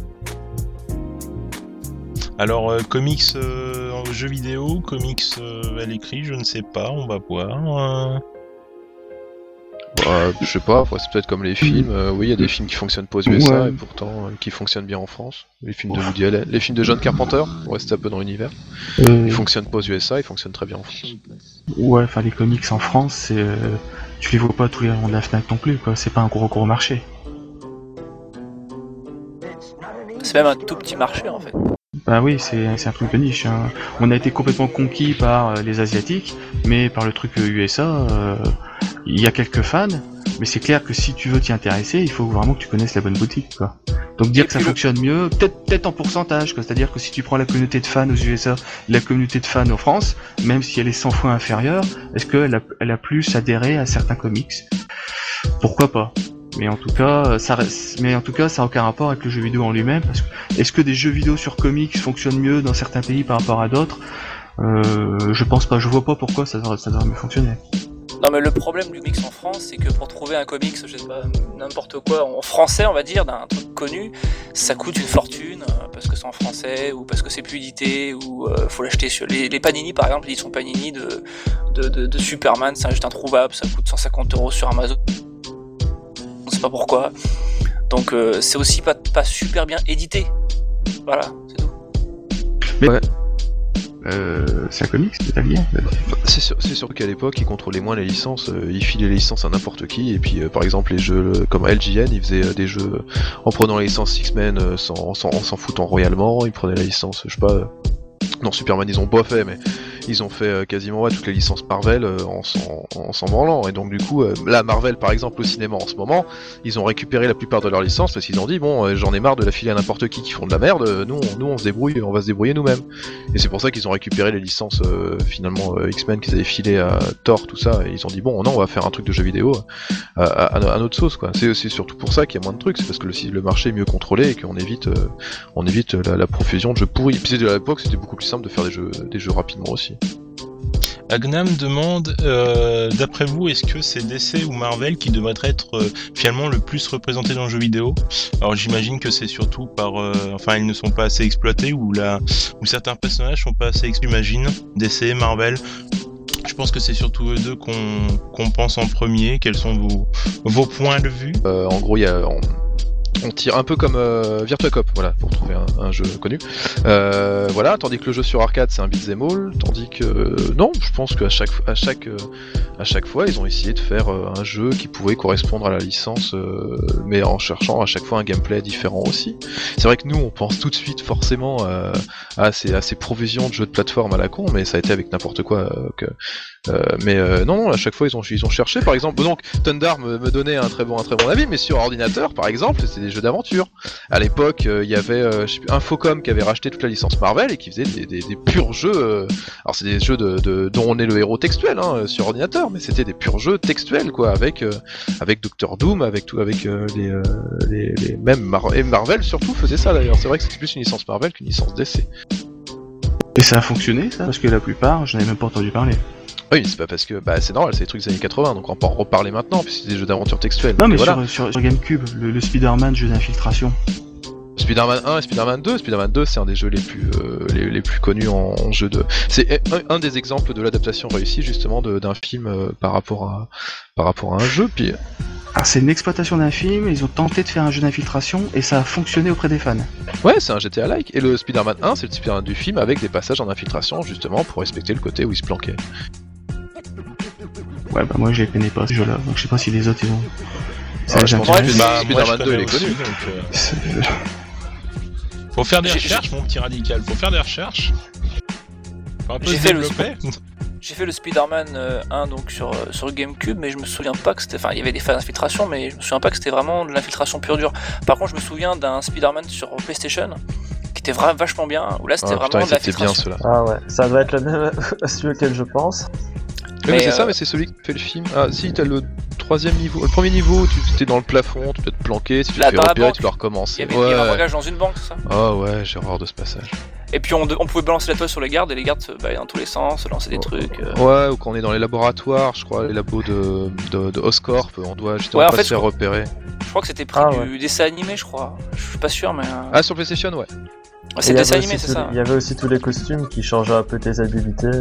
Alors comics en jeu vidéo, comics à l'écrit, je ne sais pas, on va voir. Je sais pas, c'est peut-être comme les films, oui il y a des films qui fonctionnent pas aux USA et pourtant qui fonctionnent bien en France. Les films de Woody Allen, les films de John Carpenter, on reste un peu dans l'univers. Ils fonctionnent pas aux USA, ils fonctionnent très bien en France. Ouais, enfin les comics en France, tu les vois pas tous les rangs de la Fnac non plus, quoi. C'est pas un gros marché. C'est même un tout petit marché en fait. Bah oui, c'est un truc de niche. Hein. On a été complètement conquis par les Asiatiques, mais par le truc USA, il y a quelques fans, mais c'est clair que si tu veux t'y intéresser, il faut vraiment que tu connaisses la bonne boutique, quoi. Donc dire que ça fonctionne mieux, peut-être en pourcentage, quoi. C'est-à-dire que si tu prends la communauté de fans aux USA et la communauté de fans en France, même si elle est 100 fois inférieure, est-ce qu'elle a plus adhéré à certains comics ? Pourquoi pas ? Mais en tout cas, ça n'a aucun rapport avec le jeu vidéo en lui-même. Parce que est-ce que des jeux vidéo sur comics fonctionnent mieux dans certains pays par rapport à d'autres ? Je pense pas. Je vois pas pourquoi ça devrait mieux fonctionner. Non mais le problème du comics en France, c'est que pour trouver un comics, je sais pas, n'importe quoi, en français on va dire, d'un truc connu, ça coûte une fortune, parce que c'est en français, ou parce que c'est plus édité, ou faut l'acheter sur... Les Panini par exemple, l'édition Panini de Superman, c'est juste introuvable, ça coûte 150 € sur Amazon. On sait pas pourquoi. Donc c'est aussi pas super bien édité. Voilà, c'est tout. Mais ouais. C'est un comics, c'est à dire. C'est sûr qu'à l'époque, ils contrôlaient moins les licences, ils filaient les licences à n'importe qui, et puis par exemple les jeux comme LJN, ils faisaient des jeux en prenant la licence X-Men en s'en foutant royalement, ils prenaient la licence, je sais pas... Non, Superman ils ont pas fait, mais ils ont fait quasiment toutes les licences Marvel en s'en branlant, et donc du coup là Marvel par exemple au cinéma en ce moment, ils ont récupéré la plupart de leurs licences parce qu'ils ont dit bon j'en ai marre de la filer à n'importe qui font de la merde, nous on se débrouille, on va se débrouiller nous-mêmes, et c'est pour ça qu'ils ont récupéré les licences finalement X-Men qu'ils avaient filé à Thor, tout ça, et ils ont dit bon non on va faire un truc de jeu vidéo à notre sauce, quoi. C'est surtout pour ça qu'il y a moins de trucs, c'est parce que le marché est mieux contrôlé et qu'on évite la profusion de jeux pourris. Puis à l'époque c'était beaucoup plus simple de faire des jeux rapidement aussi. Agnam demande, d'après vous, est-ce que c'est DC ou Marvel qui devrait être finalement le plus représenté dans le jeu vidéo ? Alors j'imagine que c'est surtout par... ils ne sont pas assez exploités, ou certains personnages sont pas assez exploités, j'imagine. DC, Marvel... Je pense que c'est surtout eux deux qu'on pense en premier. Quels sont vos points de vue ? En gros, on tire un peu comme Virtua Cop, voilà, pour trouver un jeu connu. Voilà, tandis que le jeu sur arcade c'est un beat'em all, tandis que non, je pense qu'à chaque fois ils ont essayé de faire un jeu qui pouvait correspondre à la licence, mais en cherchant à chaque fois un gameplay différent aussi. C'est vrai que nous on pense tout de suite forcément à ces provisions de jeux de plateforme à la con, mais ça a été avec n'importe quoi. Non, à chaque fois ils ont cherché, par exemple, donc Thundar me donnait un très bon avis, mais sur ordinateur par exemple c'était des jeux d'aventure. À l'époque il y avait Infocom qui avait racheté toute la licence Marvel et qui faisait des purs jeux, alors c'est des jeux dont on est le héros textuel sur ordinateur, mais c'était des purs jeux textuels quoi, avec Doctor Doom, avec les même et Marvel surtout faisait ça d'ailleurs. C'est vrai que c'était plus une licence Marvel qu'une licence DC. Et ça a fonctionné ça ? Parce que la plupart, je n'avais même pas entendu parler. Oui, c'est pas parce que c'est normal, c'est des trucs des années 80, donc on va pas en reparler maintenant, puisque c'est des jeux d'aventure textuelle. Non, mais voilà. sur GameCube, le Spider-Man jeu d'infiltration. Spider-Man 1 et Spider-Man 2. Spider-Man 2, c'est un des jeux les plus connus en jeu de... C'est un des exemples de l'adaptation réussie, justement, d'un film par rapport à un jeu, puis... Alors c'est une exploitation d'un film, ils ont tenté de faire un jeu d'infiltration, et ça a fonctionné auprès des fans. Ouais, c'est un GTA-like, et le Spider-Man 1, c'est le Spider-Man du film, avec des passages en infiltration, justement, pour respecter le côté où il se planquait. Ouais, bah moi je les connais pas, ces jeux-là, donc je sais pas si les autres ils ont... je pense que Spider-Man 2, il est connu. Faut faire des recherches, mon petit radical, faut faire des recherches. Faut un peu J'ai se fait développer. J'ai fait le Spider-Man 1 donc sur GameCube, mais je me souviens pas que c'était. Enfin, il y avait des phases d'infiltration, mais je me souviens pas que c'était vraiment de l'infiltration pure dure. Par contre, je me souviens d'un Spider-Man sur PlayStation qui était vachement bien, où là c'était vraiment putain, de c'était bien l'infiltration. cela. Ah ouais, ça doit être le même celui auquel je pense. Mais Mais, c'est ça, mais c'est celui qui fait le film. Ah si, t'as le troisième niveau, le premier niveau, tu étais dans le plafond, tu peux te planquer, si tu Là, te fais dans la repérer, banque, tu dois Il y recommencer. avait un braquage dans une banque, c'est ça. Ah ouais, j'ai horreur de ce passage. Et puis on pouvait balancer la toile sur les gardes, et les gardes se balayaient dans tous les sens, se lancer des trucs. Ouais, ou quand on est dans les laboratoires, je crois, les labos de Oscorp, on doit justement Ouais, en pas fait, se faire je repérer. Je crois que c'était pris Ah, du ouais. dessin animé, je crois. Je suis pas sûr, mais. Ah, sur PlayStation, ouais. C'est Et il y dessin avait animé, aussi c'est tous- ça. Il y avait aussi tous les costumes qui changeaient un peu tes habilités.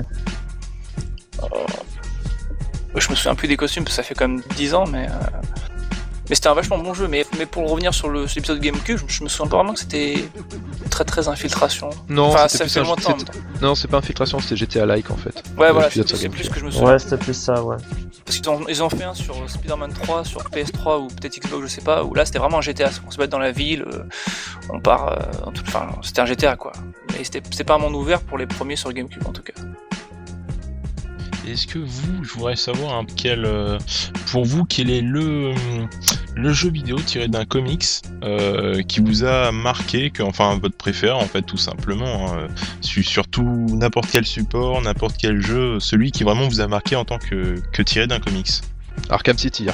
Je me souviens plus des costumes, parce que ça fait quand même 10 ans, mais. Mais c'était un vachement bon jeu. Mais pour revenir sur l'épisode GameCube, je me souviens pas vraiment que c'était très infiltration. Non, Enfin, c'était ça plus fait un longtemps. en même temps. Non, c'est pas infiltration, c'était GTA-like en fait. Ouais, voilà, L'épisode c'est sur plus GameCube. ce que je me souviens. Ouais, c'était plus ça, ouais. Parce qu'ils ont fait un sur Spider-Man 3, sur PS3 ou peut-être Xbox, je sais pas, où là c'était vraiment un GTA. On se bat dans la ville, on part. Enfin, c'était un GTA quoi. Mais c'était pas un monde ouvert pour les premiers sur le GameCube en tout cas. Est-ce que je voudrais savoir pour vous, quel est le jeu vidéo tiré d'un comics qui vous a marqué, enfin votre préféré en fait tout simplement, hein, surtout n'importe quel support, n'importe quel jeu, celui qui vraiment vous a marqué en tant que tiré d'un comics. Arkham City.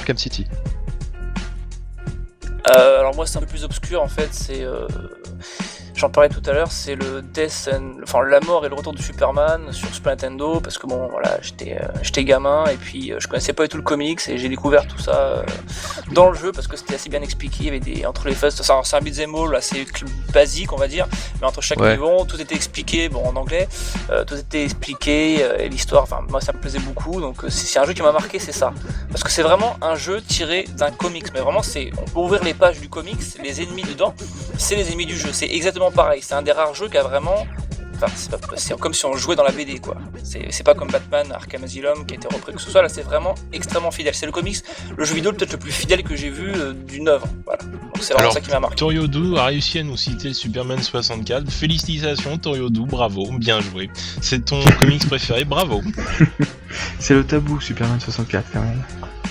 Alors moi c'est un peu plus obscur en fait, c'est j'en parlais tout à l'heure, c'est le la mort et le retour de Superman sur Super Nintendo, parce que bon voilà, j'étais gamin et puis je connaissais pas du tout le comics et j'ai découvert tout ça dans le jeu parce que c'était assez bien expliqué, il y avait entre les phases, c'est un beat'em all assez basique on va dire, mais entre chaque niveau tout était expliqué, bon en anglais, tout était expliqué et l'histoire, enfin moi ça me plaisait beaucoup, donc c'est un jeu qui m'a marqué, c'est ça, parce que c'est vraiment un jeu tiré d'un comics, mais vraiment on peut ouvrir les pages du comics, les ennemis dedans, c'est les ennemis du jeu, c'est exactement pareil, c'est un des rares jeux qui a vraiment... Enfin, c'est comme si on jouait dans la BD quoi. C'est pas comme Batman, Arkham Asylum qui a été repris que ce soit, là c'est vraiment extrêmement fidèle. C'est le comics, le jeu vidéo peut-être le plus fidèle que j'ai vu d'une œuvre. Voilà. Donc c'est vraiment ça qui m'a marqué. Toriodu a réussi à nous citer le Superman 64. Félicitations Toriodu, bravo, bien joué. C'est ton comics préféré, bravo. C'est le tabou Superman 64 quand même.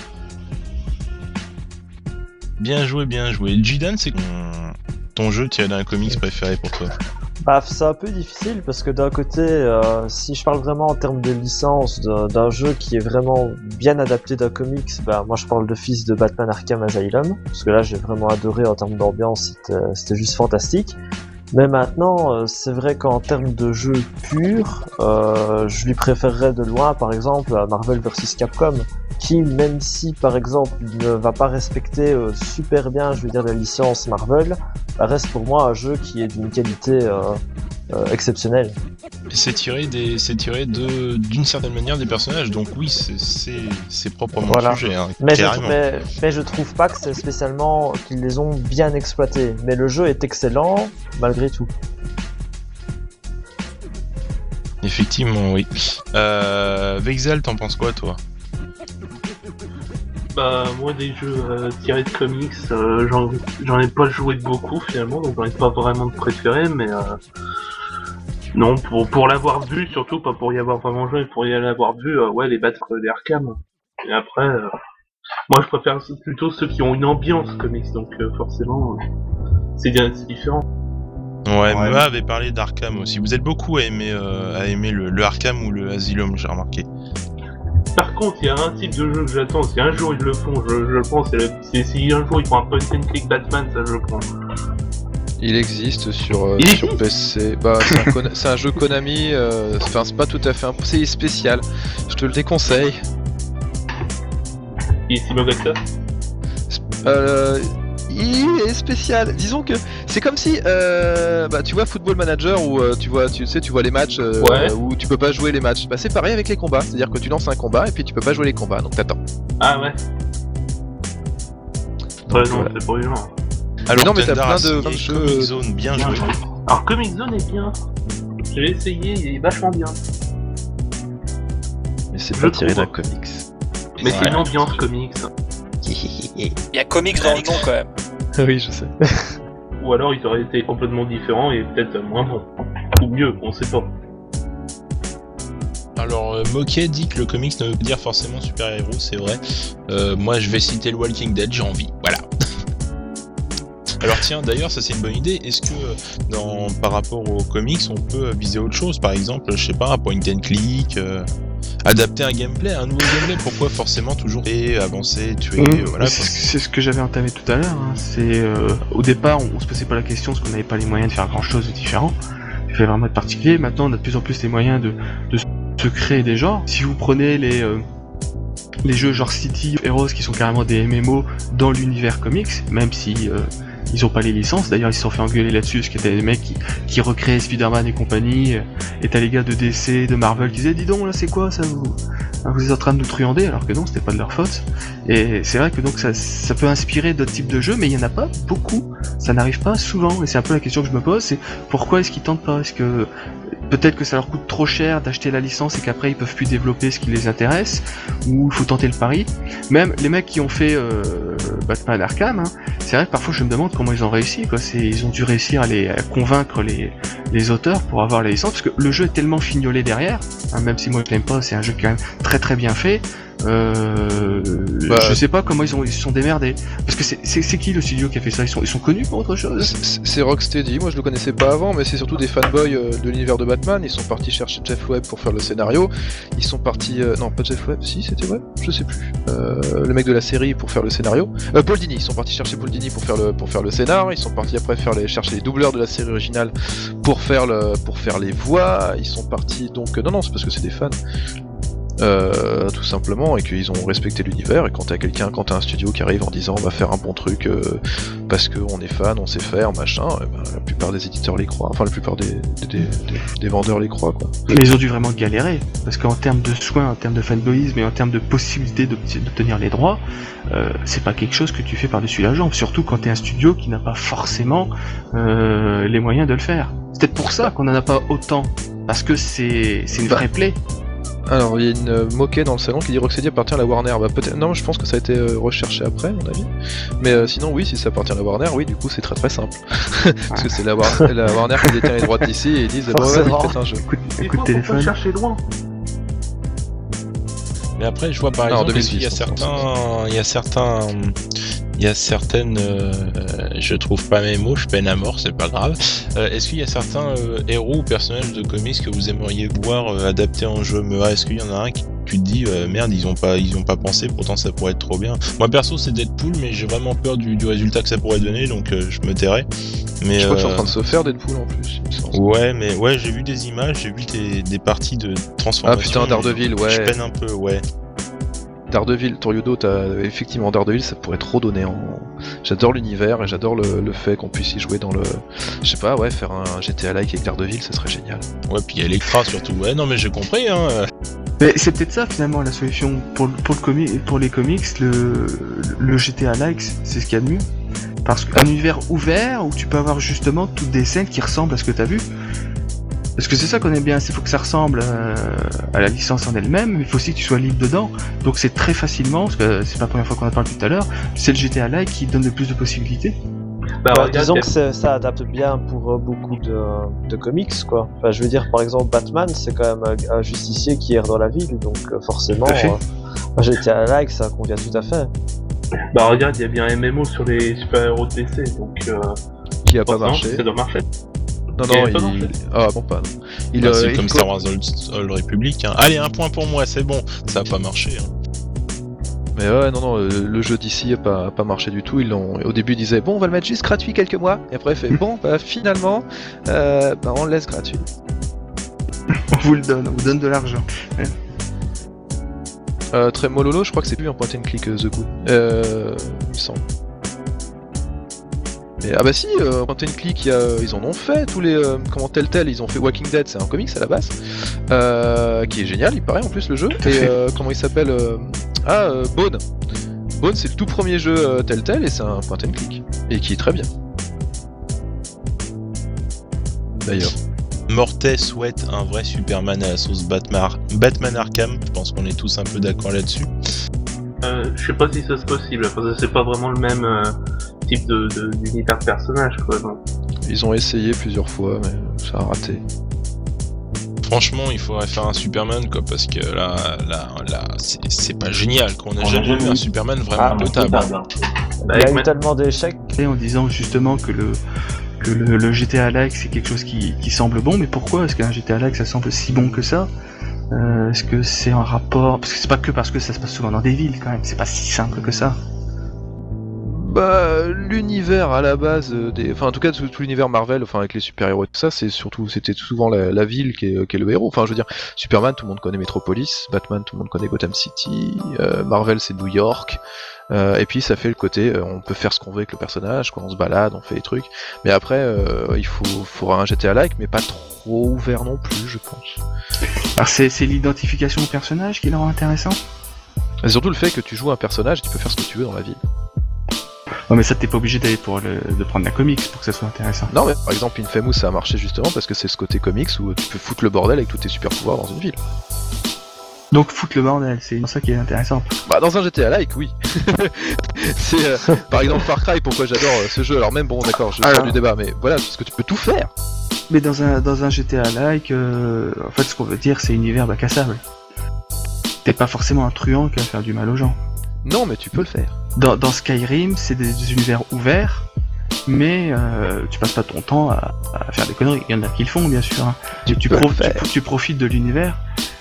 Bien joué. Jidan, c'est ton jeu tiré d'un comics préféré pour toi? Bah, c'est un peu difficile parce que d'un côté, si je parle vraiment en termes de licence d'un jeu qui est vraiment bien adapté d'un comics, bah moi je parle de Fils de Batman Arkham Asylum, parce que là j'ai vraiment adoré en termes d'ambiance, c'était juste fantastique. Mais maintenant, c'est vrai qu'en termes de jeu pur, je lui préférerais de loin par exemple à Marvel vs Capcom, qui même si par exemple ne va pas respecter super bien, je veux dire, la licence Marvel, reste pour moi un jeu qui est d'une qualité exceptionnelle. C'est tiré d'une certaine manière des personnages, donc oui, c'est proprement Voilà. le sujet, hein, Mais carrément. je trouve pas que c'est spécialement qu'ils les ont bien exploités. Mais le jeu est excellent malgré tout. Effectivement, oui. Vexal, t'en penses quoi, toi? Bah moi des jeux tirés de comics, j'en ai pas joué de beaucoup finalement, donc j'en ai pas vraiment de préféré, mais non, pour l'avoir vu, surtout pas pour y avoir vraiment joué, pour y l'avoir vu, ouais, les battre les Arkham. Et après, moi je préfère plutôt ceux qui ont une ambiance comics, donc forcément c'est différent. Ouais, Mea avait parlé d'Arkham aussi. Vous êtes beaucoup à aimer le Arkham ou le Asylum, j'ai remarqué. Par contre, il y a un type de jeu que j'attends, si un jour ils le font, je le prends, c'est si un jour ils font un point and click Batman, ça je le prends. Il existe sur Il sur PC. Bah, c'est un jeu Konami. Enfin, c'est pas tout à fait c'est spécial. Je te le déconseille. Il est si mauvais que ça. Il est spécial. Disons que c'est comme si, bah, tu vois Football Manager où tu vois les matchs où tu peux pas jouer les matchs. Bah, c'est pareil avec les combats. C'est-à-dire que tu lances un combat et puis tu peux pas jouer les combats. Donc t'attends. Ah ouais. Ouais, non, voilà. c'est pas évident. Alors, non, mais t'as Thunder plein de a signé jeux. Comic Zone, bien joué. Alors Comic Zone est bien. J'ai essayé, il est vachement bien. Mais c'est Je pas tiré d'un trouve. comics. Mais c'est une ambiance comics. Il y a comics dans le nom quand même. Oui, je sais. Ou alors il aurait été complètement différent et peut-être moins bon. Ou mieux, on sait pas. Alors, Moquet dit que le comics ne veut pas dire forcément super-héros, c'est vrai. Moi, je vais citer le Walking Dead, j'ai envie. Voilà. Alors tiens, d'ailleurs, ça c'est une bonne idée. Est-ce que par rapport aux comics, on peut viser autre chose? Par exemple, je sais pas, un point and click, adapter un gameplay, un nouveau gameplay. Pourquoi forcément toujours avancer, tuer, voilà. C'est ce que j'avais entamé tout à l'heure. Hein. C'est au départ, on se posait pas la question parce qu'on n'avait pas les moyens de faire grand chose de différent. Il fallait vraiment être particulier. Maintenant, on a de plus en plus les moyens de se créer des genres. Si vous prenez les jeux genre City Heroes qui sont carrément des MMO dans l'univers comics, même si ils ont pas les licences. D'ailleurs, ils se sont fait engueuler là-dessus parce qu'il y avait des mecs qui recréaient Spider-Man et compagnie. Et t'as les gars de DC, de Marvel qui disaient dis donc là c'est quoi ça vous êtes en train de nous truander, alors que non, c'était pas de leur faute. Et c'est vrai que donc ça peut inspirer d'autres types de jeux, mais il y en a pas beaucoup. Ça n'arrive pas souvent. Et c'est un peu la question que je me pose, c'est pourquoi est-ce qu'ils tentent pas? Est-ce que peut-être que ça leur coûte trop cher d'acheter la licence et qu'après ils peuvent plus développer ce qui les intéresse, ou il faut tenter le pari. Même les mecs qui ont fait Batman Arkham, hein, c'est vrai que parfois je me demande comment ils ont réussi, quoi. Ils ont dû réussir à convaincre les auteurs pour avoir la licence, parce que le jeu est tellement fignolé derrière, hein, même si moi je l'aime pas, c'est un jeu quand même très très bien fait. Je sais pas comment ils se sont démerdés. Parce que c'est qui le studio qui a fait ça? Ils sont connus pour autre chose? C'est Rocksteady, moi je le connaissais pas avant, mais c'est surtout des fanboys de l'univers de Batman. Ils sont partis chercher Jeff Webb pour faire le scénario. Ils sont partis... non, pas Jeff Webb, si c'était Webb, je sais plus. Le mec de la série pour faire le scénario. Paul Dini, ils sont partis chercher Paul Dini pour faire le scénar. Ils sont partis après chercher les doubleurs de la série originale pour faire les voix. Ils sont partis donc... non, c'est parce que c'est des fans. Tout simplement, et qu'ils ont respecté l'univers. Et quand t'as un studio qui arrive en disant on va faire un bon truc parce qu'on est fan, on sait faire, machin, la plupart des éditeurs les croient, enfin la plupart des vendeurs les croient, quoi. Mais ils ont dû vraiment galérer, parce qu'en termes de soins, en termes de fanboyisme et en termes de possibilité d'obtenir les droits, c'est pas quelque chose que tu fais par-dessus la jambe, surtout quand t'es un studio qui n'a pas forcément les moyens de le faire. C'est peut-être pour ça qu'on en a pas autant, parce que c'est une vraie plaie. Alors, il y a une moquette dans le salon qui dit Rocksteady appartient à la Warner. Bah, peut-être. Non, je pense que ça a été recherché après, à mon avis. Mais sinon, oui, si ça appartient à la Warner, oui, du coup, c'est très très simple. Parce que c'est la Warner qui détient les droits d'ici et ils disent bon, vas-y, faites un jeu. Écoute téléphone. Faut chercher loin. Mais après, je vois par exemple, il y a certaines, je trouve pas mes mots, je peine à mort, c'est pas grave. Est-ce qu'il y a certains héros ou personnages de comics que vous aimeriez voir adaptés en jeu? Est-ce qu'il y en a un qui tu te dis merde, ils ont pas pensé, pourtant ça pourrait être trop bien. Moi perso c'est Deadpool, mais j'ai vraiment peur du résultat que ça pourrait donner, donc je me tairai. Mais je crois que c'est en train de se faire Deadpool en plus. Ouais, mais ouais, j'ai vu des images, j'ai vu des parties de transformation. Ah putain, Daredevil, ouais. Je peine un peu, ouais. Daredevil, Toriudo, effectivement Daredevil, ça pourrait trop donner en... J'adore l'univers et j'adore le fait qu'on puisse y jouer dans le... Je sais pas, ouais, faire un GTA-like avec Daredevil, ça serait génial. Ouais, puis il y a Electra surtout, ouais, non mais j'ai compris, hein. Mais c'est peut-être ça finalement la solution pour les comics, le GTA-like, c'est ce qu'il y a de mieux. Parce qu'un univers ouvert où tu peux avoir justement toutes des scènes qui ressemblent à ce que t'as vu. Parce que c'est ça qu'on aime bien, c'est faut que ça ressemble à la licence en elle-même, mais il faut aussi que tu sois libre dedans. Donc c'est très facilement, parce que c'est pas la première fois qu'on en parle tout à l'heure, c'est le GTA-like qui donne le plus de possibilités. Disons que ça adapte bien pour beaucoup de comics, quoi. Enfin, je veux dire, par exemple, Batman, c'est quand même un justicier qui erre dans la ville, donc forcément, un GTA-like, ça convient tout à fait. Bah regarde, il y a bien un MMO sur les super-héros de PC, donc... qui a pas marché. Ça doit marcher. Non, ah bon, pas. C'est comme Star Wars Old Republic. Hein. Allez, un point pour moi, c'est bon. Ça a pas marché. Hein. Mais ouais, non, le jeu d'ici a pas marché du tout. Au début, ils disaient bon, on va le mettre juste gratuit quelques mois. Et après, fait bon, bah finalement, on le laisse gratuit. On vous donne de l'argent. Ouais. Très mololo, je crois que c'est plus un point and click The Good. Il me semble. Mais, ah bah si, point and click, ils en ont fait tous les... comment Telltale, ils ont fait Walking Dead, c'est un comics à la base, qui est génial, il paraît en plus le jeu, et comment il s'appelle Bone. Bone c'est le tout premier jeu Telltale, et c'est un point and click, et qui est très bien. D'ailleurs. Mortet souhaite un vrai Superman à la sauce Batman Arkham, je pense qu'on est tous un peu d'accord là-dessus. Je sais pas si ça c'est possible, parce que c'est pas vraiment le même type d'univers de personnage, quoi. Donc. Ils ont essayé plusieurs fois, mais ça a raté. Franchement, il faudrait faire un Superman, quoi, parce que là, c'est pas génial, quoi. On n'a jamais vu un Superman vraiment potable. Il y a eu tellement d'échecs. En disant justement que le GTA-like c'est quelque chose qui semble bon, mais pourquoi est-ce qu'un GTA-like ça semble si bon que ça? Est-ce que c'est un rapport... Parce que c'est pas que parce que ça se passe souvent dans des villes quand même, c'est pas si simple que ça. Bah, l'univers à la base, enfin en tout cas tout l'univers Marvel, enfin avec les super-héros et tout ça, c'était souvent la ville qui est le héros. Enfin je veux dire, Superman, tout le monde connaît Metropolis, Batman, tout le monde connaît Gotham City, Marvel c'est New York, et puis ça fait le côté, on peut faire ce qu'on veut avec le personnage, quoi, on se balade, on fait des trucs, mais après il faudra un GTA-like, mais pas trop ouvert non plus, je pense. Alors c'est l'identification au personnage qui est rend intéressant. Et surtout le fait que tu joues un personnage et tu peux faire ce que tu veux dans la ville. Non mais ça t'es pas obligé d'aller de prendre la comics pour que ça soit intéressant. Non mais par exemple Infamous ça a marché justement parce que c'est ce côté comics où tu peux foutre le bordel avec tous tes super pouvoirs dans une ville. Donc foutre le bordel, c'est ça qui est intéressant. Bah dans un GTA-like oui. C'est par exemple Far Cry, pourquoi j'adore ce jeu, alors même bon d'accord je sors du débat mais voilà parce que tu peux tout faire. Mais dans un GTA-like, en fait ce qu'on veut dire c'est univers bac à sable. T'es pas forcément un truand qui va faire du mal aux gens. Non mais tu peux le faire. Dans Skyrim, c'est des univers ouverts, mais tu passes pas ton temps à faire des conneries. Il y en a qui le font, bien sûr. Hein. Tu profites de l'univers.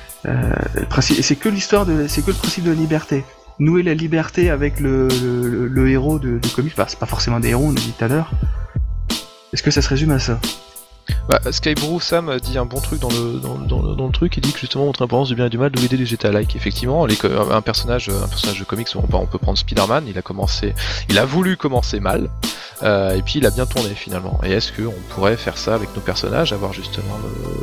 Et c'est que le principe de la liberté. Nouer la liberté avec le héros de comics. Bah, c'est pas forcément des héros, on l'a dit tout à l'heure. Est-ce que ça se résume à ça? Bah, Skybrew Sam dit un bon truc dans le truc, il dit que justement entre l'importance du bien et du mal de l'idée des GTA-like. Effectivement, un personnage de comics, on peut prendre Spider-Man, il a voulu commencer mal, et puis il a bien tourné finalement. Et est-ce qu'on pourrait faire ça avec nos personnages, avoir justement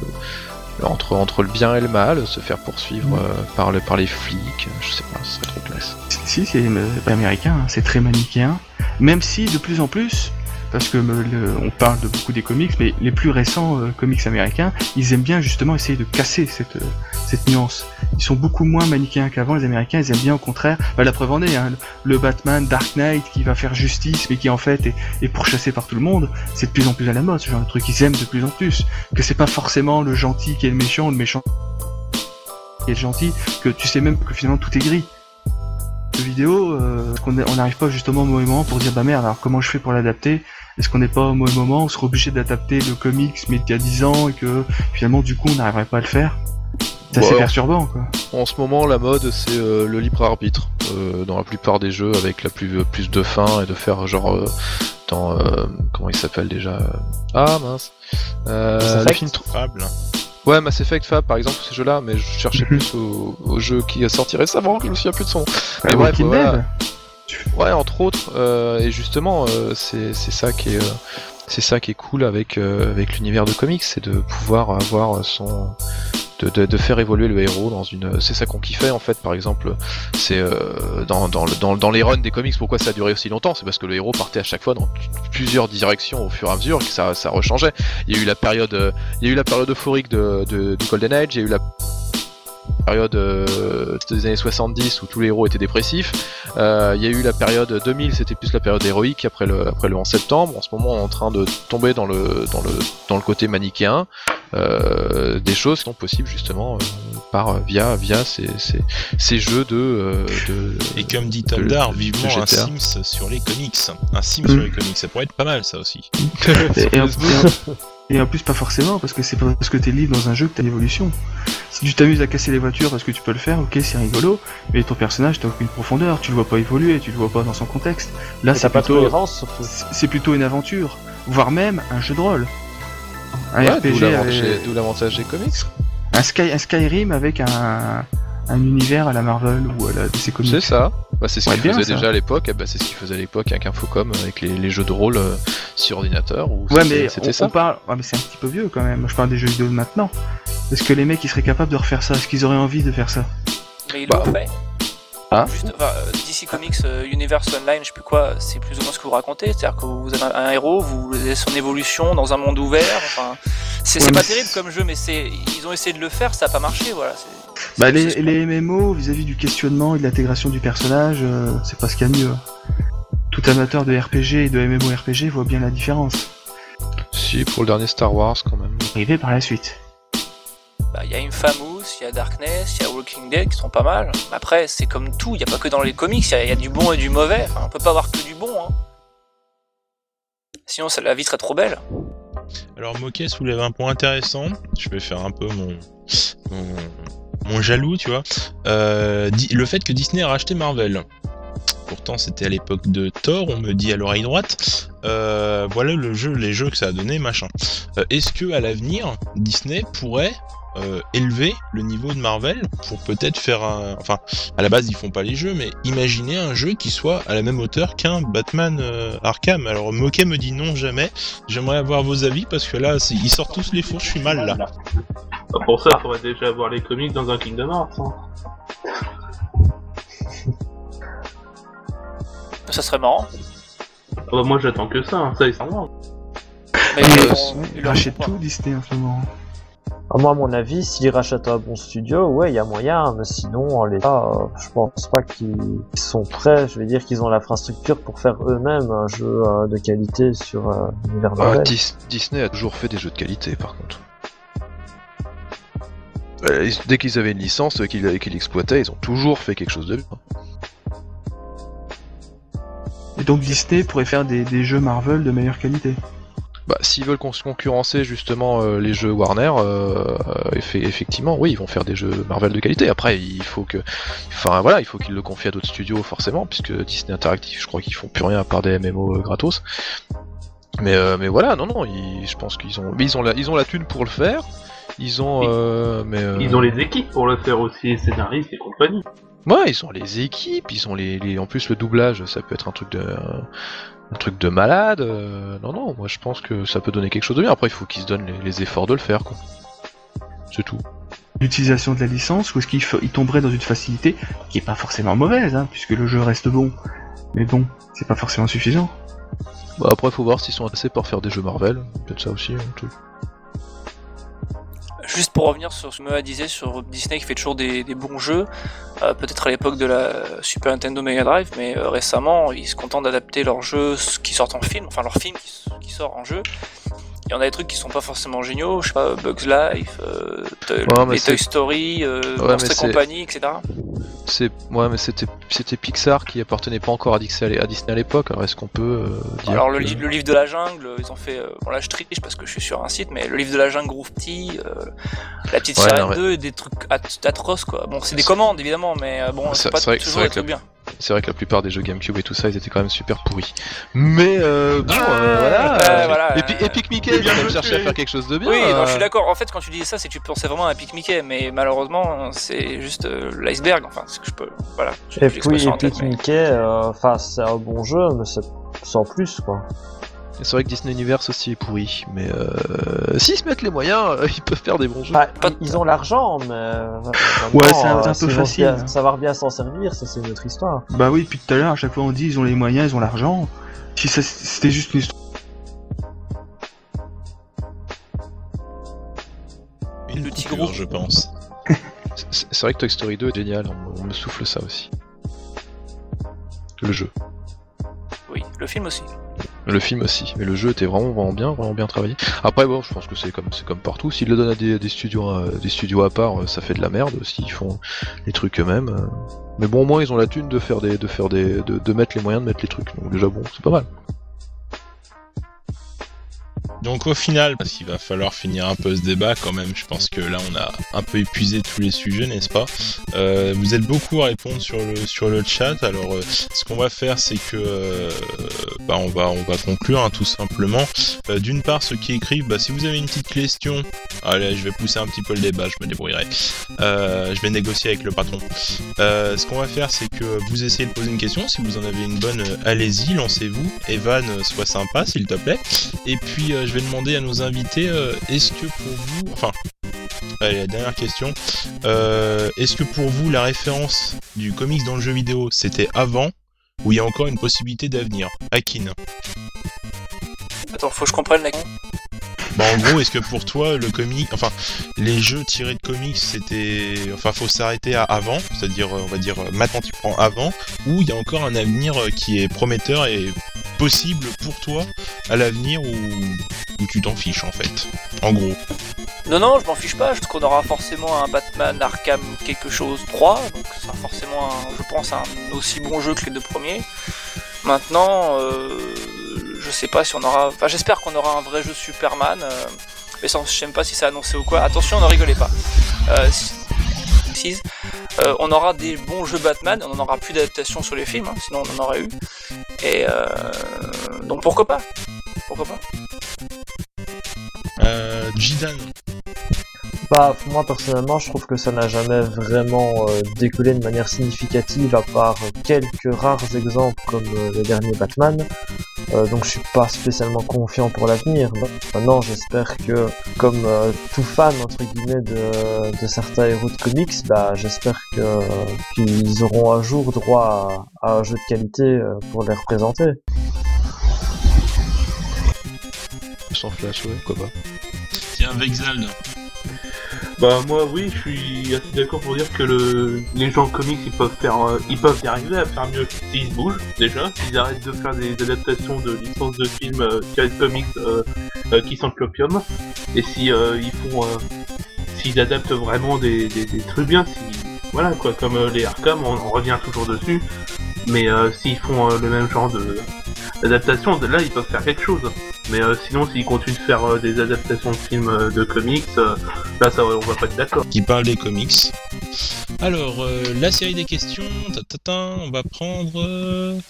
entre le bien et le mal, se faire poursuivre par les flics, je sais pas, ce serait trop classe. Si, c'est pas américain, hein, c'est très manichéen, même si de plus en plus... Parce que on parle de beaucoup des comics, mais les plus récents comics américains, ils aiment bien justement essayer de casser cette nuance. Ils sont beaucoup moins manichéens qu'avant, les Américains, ils aiment bien au contraire, la preuve en est, hein, le Batman Dark Knight qui va faire justice, mais qui en fait est pourchassé par tout le monde, c'est de plus en plus à la mode, ce genre de truc, ils aiment de plus en plus. Que c'est pas forcément le gentil qui est le méchant qui est le gentil, que tu sais même que finalement tout est gris. Vidéo, on n'arrive pas justement au moment pour dire bah merde, alors comment je fais pour l'adapter? Est-ce qu'on n'est pas au moment où on serait obligé d'adapter le comics mais il y a 10 ans et que finalement du coup on n'arriverait pas à le faire? C'est assez perturbant quoi. En ce moment la mode c'est le libre arbitre dans la plupart des jeux avec la plus de fin et de faire genre dans comment il s'appelle déjà ah mince le film Fable. Ouais, Mass Effect Fab par exemple, ces jeux-là, mais je cherchais plus au jeu qui a sorti récemment, je me souviens plus de son. Mais bref, voilà. Ouais, entre autres, et justement, c'est ça qui est cool avec l'univers de comics, c'est de pouvoir avoir de faire évoluer le héros dans une... C'est ça qu'on kiffait en fait, par exemple, c'est dans les runs des comics, pourquoi ça a duré aussi longtemps, c'est parce que le héros partait à chaque fois dans plusieurs directions au fur et à mesure, que ça rechangeait. Il y a eu la période euphorique du Golden Age, il y a eu la période des années 70 où tous les héros étaient dépressifs, il y a eu la période 2000, c'était plus la période héroïque après le 11 septembre. En ce moment on est en train de tomber dans le côté manichéen, des choses qui sont possibles justement via ces jeux de et comme dit Tondar, vivement un Sims sur les comics. Un Sims sur les comics, ça pourrait être pas mal ça aussi. Et en plus pas forcément, parce que c'est pas parce que t'es libre dans un jeu que t'as une évolution. Si tu t'amuses à casser les voitures parce que tu peux le faire, ok c'est rigolo, mais ton personnage t'as aucune profondeur, tu le vois pas évoluer, tu le vois pas dans son contexte. Là c'est plutôt une aventure, voire même un jeu de rôle. Un RPG d'où l'avantage des comics. Un Skyrim avec un univers à la Marvel ou à la DC Comics. C'est ça. Bah, c'est ce qu'ils faisaient ça. déjà à l'époque. Bah, c'est ce qu'ils faisaient à l'époque avec Infocom, avec les jeux de rôle sur ordinateur. Ouais, mais on parle. Ouais, mais c'est un petit peu vieux quand même. Moi, je parle des jeux vidéo de maintenant. Est-ce que les mecs ils seraient capables de refaire ça? Est-ce qu'ils auraient envie de faire ça? Mais ils l'ont fait. Hein? Juste, DC Comics Universe Online, je sais plus quoi, c'est plus ou moins ce que vous racontez. C'est-à-dire que vous avez un héros, vous avez son évolution dans un monde ouvert. Enfin, c'est pas terrible comme jeu, mais ils ont essayé de le faire, ça a pas marché. Voilà. Les MMO vis-à-vis du questionnement et de l'intégration du personnage, c'est pas ce qu'il y a de mieux. Tout amateur de RPG et de MMORPG voit bien la différence. Si, pour le dernier Star Wars quand même. Arrivé par la suite. bah, y a Infamous, il y a Darkness, il y a Walking Dead qui sont pas mal. Après, c'est comme tout, il n'y a pas que dans les comics, il y a du bon et du mauvais. Enfin, on peut pas avoir que du bon. Hein. Sinon, la vie serait trop belle. Alors Moquet soulève un point intéressant. Je vais faire un peu mon jaloux, tu vois. Le fait que Disney a racheté Marvel. Pourtant, c'était à l'époque de Thor, on me dit à l'oreille droite. Voilà les jeux que ça a donné, machin. Est-ce que à l'avenir, Disney pourrait élever le niveau de Marvel pour peut-être faire un... Enfin, à la base, ils font pas les jeux, mais imaginer un jeu qui soit à la même hauteur qu'un Batman Arkham. Alors, Moquet me dit non, jamais. J'aimerais avoir vos avis, parce que là, ils sortent tous les fours, je suis mal, là. Pour ça, il faudrait déjà avoir les comics dans un Kingdom Hearts. Hein. Ça serait marrant. Moi, j'attends que ça, hein. Ça, ils s'en vont. Mais Ils rachètent tout Disney en ce moment. Moi, à mon avis, s'ils rachètent un bon studio, ouais, il y a moyen, mais sinon, en l'état, je pense pas qu'ils sont prêts, je veux dire qu'ils ont l'infrastructure pour faire eux-mêmes un jeu de qualité sur l'univers Marvel. Disney a toujours fait des jeux de qualité, par contre. Dès qu'ils avaient une licence qu'ils exploitaient, ils ont toujours fait quelque chose de bien. Et donc Disney pourrait faire des jeux Marvel de meilleure qualité. Bah, s'ils veulent concurrencer justement les jeux Warner, effectivement, oui, ils vont faire des jeux Marvel de qualité. Après, il faut qu'ils le confient à d'autres studios forcément, puisque Disney Interactive, je crois qu'ils font plus rien à part des MMO gratos. Mais voilà, non, je pense qu'ils ont la thune pour le faire. Ils ont les équipes pour le faire aussi, les scénaristes et compagnie. Ouais, ils ont les équipes, ils ont en plus le doublage, ça peut être un truc de malade. Non, moi je pense que ça peut donner quelque chose de bien. Après, il faut qu'ils se donnent les efforts de le faire, quoi. C'est tout. L'utilisation de la licence, ou est-ce qu'il tomberait dans une facilité qui est pas forcément mauvaise, hein, puisque le jeu reste bon. Mais bon, c'est pas forcément suffisant. Bah après, faut voir s'ils sont assez pour faire des jeux Marvel. Peut-être ça aussi, tout. Juste pour revenir sur ce que Moa disait sur Disney qui fait toujours des bons jeux, peut-être à l'époque de la Super Nintendo Mega Drive, mais récemment ils se contentent d'adapter leurs jeux qui sortent en film, enfin leur film qui sort en jeu. Il y en a des trucs qui sont pas forcément géniaux, je sais pas, Bugs Life, les Toy Story, Monster Company, etc. Mais c'était Pixar qui appartenait pas encore à Disney à l'époque, alors est-ce qu'on peut dire alors le livre de la jungle, ils ont fait, bon là je triche parce que je suis sur un site, mais le livre de la jungle Groove Petit, la petite sirène 2, des trucs atroces quoi. Bon c'est des commandes évidemment, mais bon c'est pas toujours des trucs bien. C'est vrai que la plupart des jeux GameCube et tout ça, ils étaient quand même super pourris. Mais voilà. Epic Mickey, ils ont cherché à faire quelque chose de bien. Oui, non, je suis d'accord. En fait, quand tu disais ça, c'est que tu pensais vraiment à Epic Mickey, mais malheureusement, c'est juste l'iceberg. Enfin, c'est que je peux. Voilà. Et puis Epic Mickey, c'est un bon jeu, mais c'est sans plus, quoi. C'est vrai que Disney Universe aussi est pourri, mais s'ils se mettent les moyens, ils peuvent faire des bons jeux. Ils ont l'argent, mais ouais, c'est un peu facile. Savoir bien s'en servir, ça c'est une autre histoire. Bah oui, depuis tout à l'heure, à chaque fois on dit ils ont les moyens, ils ont l'argent. Si ça, c'était juste une histoire. Une tigre, je pense. C'est vrai que Toy Story 2 est génial, on me souffle ça aussi. Le jeu. Oui, le film aussi. Le film aussi, mais le jeu était vraiment bien travaillé. Après bon, je pense que c'est comme partout. S'ils le donnent à des studios à part, ça fait de la merde. S'ils font les trucs eux-mêmes, mais bon, au moins ils ont la thune de mettre les moyens de mettre les trucs. Donc déjà bon, c'est pas mal. Donc au final, parce qu'il va falloir finir un peu ce débat quand même, je pense que là on a un peu épuisé tous les sujets, n'est-ce pas ? Vous êtes beaucoup à répondre sur le chat, alors ce qu'on va faire c'est que on va conclure hein, tout simplement. D'une part ceux qui écrivent, si vous avez une petite question, allez je vais pousser un petit peu le débat, je me débrouillerai. Je vais négocier avec le patron. Ce qu'on va faire c'est que vous essayez de poser une question, si vous en avez une bonne, allez-y, lancez-vous. Evan, sois sympa s'il te plaît. Et puis je vais demander à nos invités, est-ce que pour vous... Enfin, allez, la dernière question. Est-ce que pour vous, la référence du comics dans le jeu vidéo, c'était avant, ou il y a encore une possibilité d'avenir ? Akin. Attends, faut que je comprenne la question. En gros, est-ce que pour toi, le comic... Enfin, les jeux tirés de comics, c'était... Enfin, faut s'arrêter à avant, c'est-à-dire, on va dire, maintenant tu prends avant, ou il y a encore un avenir qui est prometteur et possible pour toi à l'avenir où tu t'en fiches, en fait. En gros. Non, je m'en fiche pas, je trouve qu'on aura forcément un Batman Arkham quelque chose 3, donc ça sera forcément, je pense, un aussi bon jeu que les deux premiers. Maintenant, je sais pas si on aura... Enfin, j'espère qu'on aura un vrai jeu Superman, mais ça, je sais même pas si c'est annoncé ou quoi. Attention, ne rigolez pas. On aura des bons jeux Batman, on n'en aura plus d'adaptation sur les films, hein, sinon on en aurait eu. Et donc pourquoi pas. Jidan. Bah, moi personnellement, je trouve que ça n'a jamais vraiment décollé de manière significative, à part quelques rares exemples comme le dernier Batman. Donc je suis pas spécialement confiant pour l'avenir. Maintenant, j'espère que, comme tout fan entre guillemets de certains héros de comics, bah j'espère qu'ils auront un jour droit à un jeu de qualité pour les représenter. Sans flash, ouais, quoi pas. Tiens, Vexald. Bah moi oui, je suis assez d'accord pour dire que les gens comics ils peuvent y arriver à faire mieux s'ils se bougent déjà, s'ils arrêtent de faire des adaptations de licences de films tirées de comics qui sentent l'opium, et si s'ils adaptent vraiment des trucs bien, voilà quoi, comme les Arkham, on revient toujours dessus, mais s'ils font le même genre d'adaptation, là ils peuvent faire quelque chose. Mais sinon, s'ils continuent de faire des adaptations de films de comics, là, on va pas être d'accord. Qui parle des comics. Alors, la série des questions, on va prendre...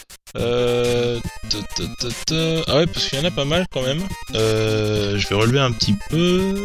Ah ouais, parce qu'il y en a pas mal quand même. Je vais relever un petit peu...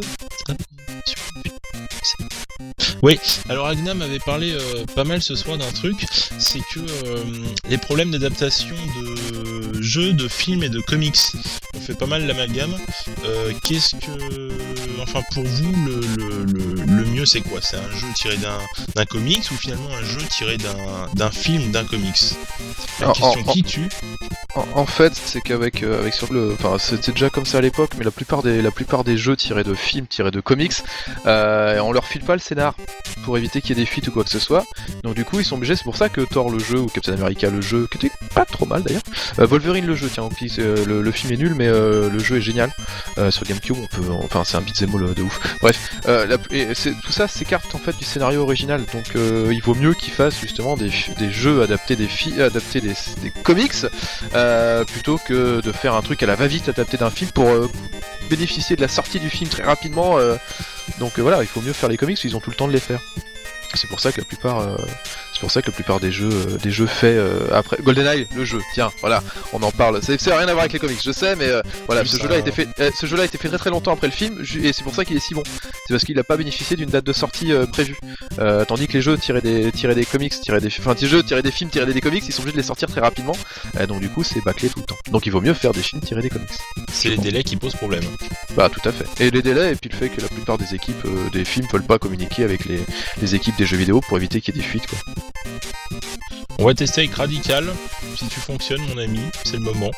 Oui, alors Agnam avait parlé pas mal ce soir d'un truc, c'est que les problèmes d'adaptation de jeux, de films et de comics, on fait pas mal l'amalgame. Qu'est-ce que... Enfin, pour vous, le mieux c'est quoi? C'est un jeu tiré d'un comics ou finalement un jeu tiré d'un film, d'un comics? La question qui tue. En fait, c'est qu'avec sur le, enfin, c'était déjà comme ça à l'époque, mais la plupart des jeux tirés de films, tirés de comics, on leur file pas le scénar pour éviter qu'il y ait des fuites ou quoi que ce soit. Donc du coup, ils sont obligés. C'est pour ça que Thor le jeu ou Captain America le jeu, qui était pas trop mal d'ailleurs. Wolverine le jeu, tiens, le film est nul, mais le jeu est génial. Sur GameCube, enfin, c'est un beat'em all de ouf. Bref, tout ça s'écarte en fait du scénario original. Donc il vaut mieux qu'ils fassent justement des jeux adaptés des comics. Plutôt que de faire un truc à la va-vite adapté d'un film pour bénéficier de la sortie du film très rapidement. Donc voilà, il faut mieux faire les comics, ils ont tout le temps de les faire. C'est pour ça que la plupart des jeux faits après GoldenEye, le jeu, tiens, voilà, on en parle. Ça n'a rien à voir avec les comics, je sais, mais voilà, ce jeu-là a été fait très très longtemps après le film, et c'est pour ça qu'il est si bon. C'est parce qu'il n'a pas bénéficié d'une date de sortie prévue. Tandis que les jeux tirés des comics, des jeux tirés des films, tirés des comics, ils sont obligés de les sortir très rapidement. Donc du coup, c'est bâclé tout le temps. Donc il vaut mieux faire des films tirés des comics. C'est les délais qui posent problème. Bah tout à fait. Et les délais, et puis le fait que la plupart des équipes des films veulent pas communiquer avec les équipes des jeux vidéo pour éviter qu'il y ait des fuites, quoi. On va tester avec Radical. Si tu fonctionnes, mon ami, c'est le moment.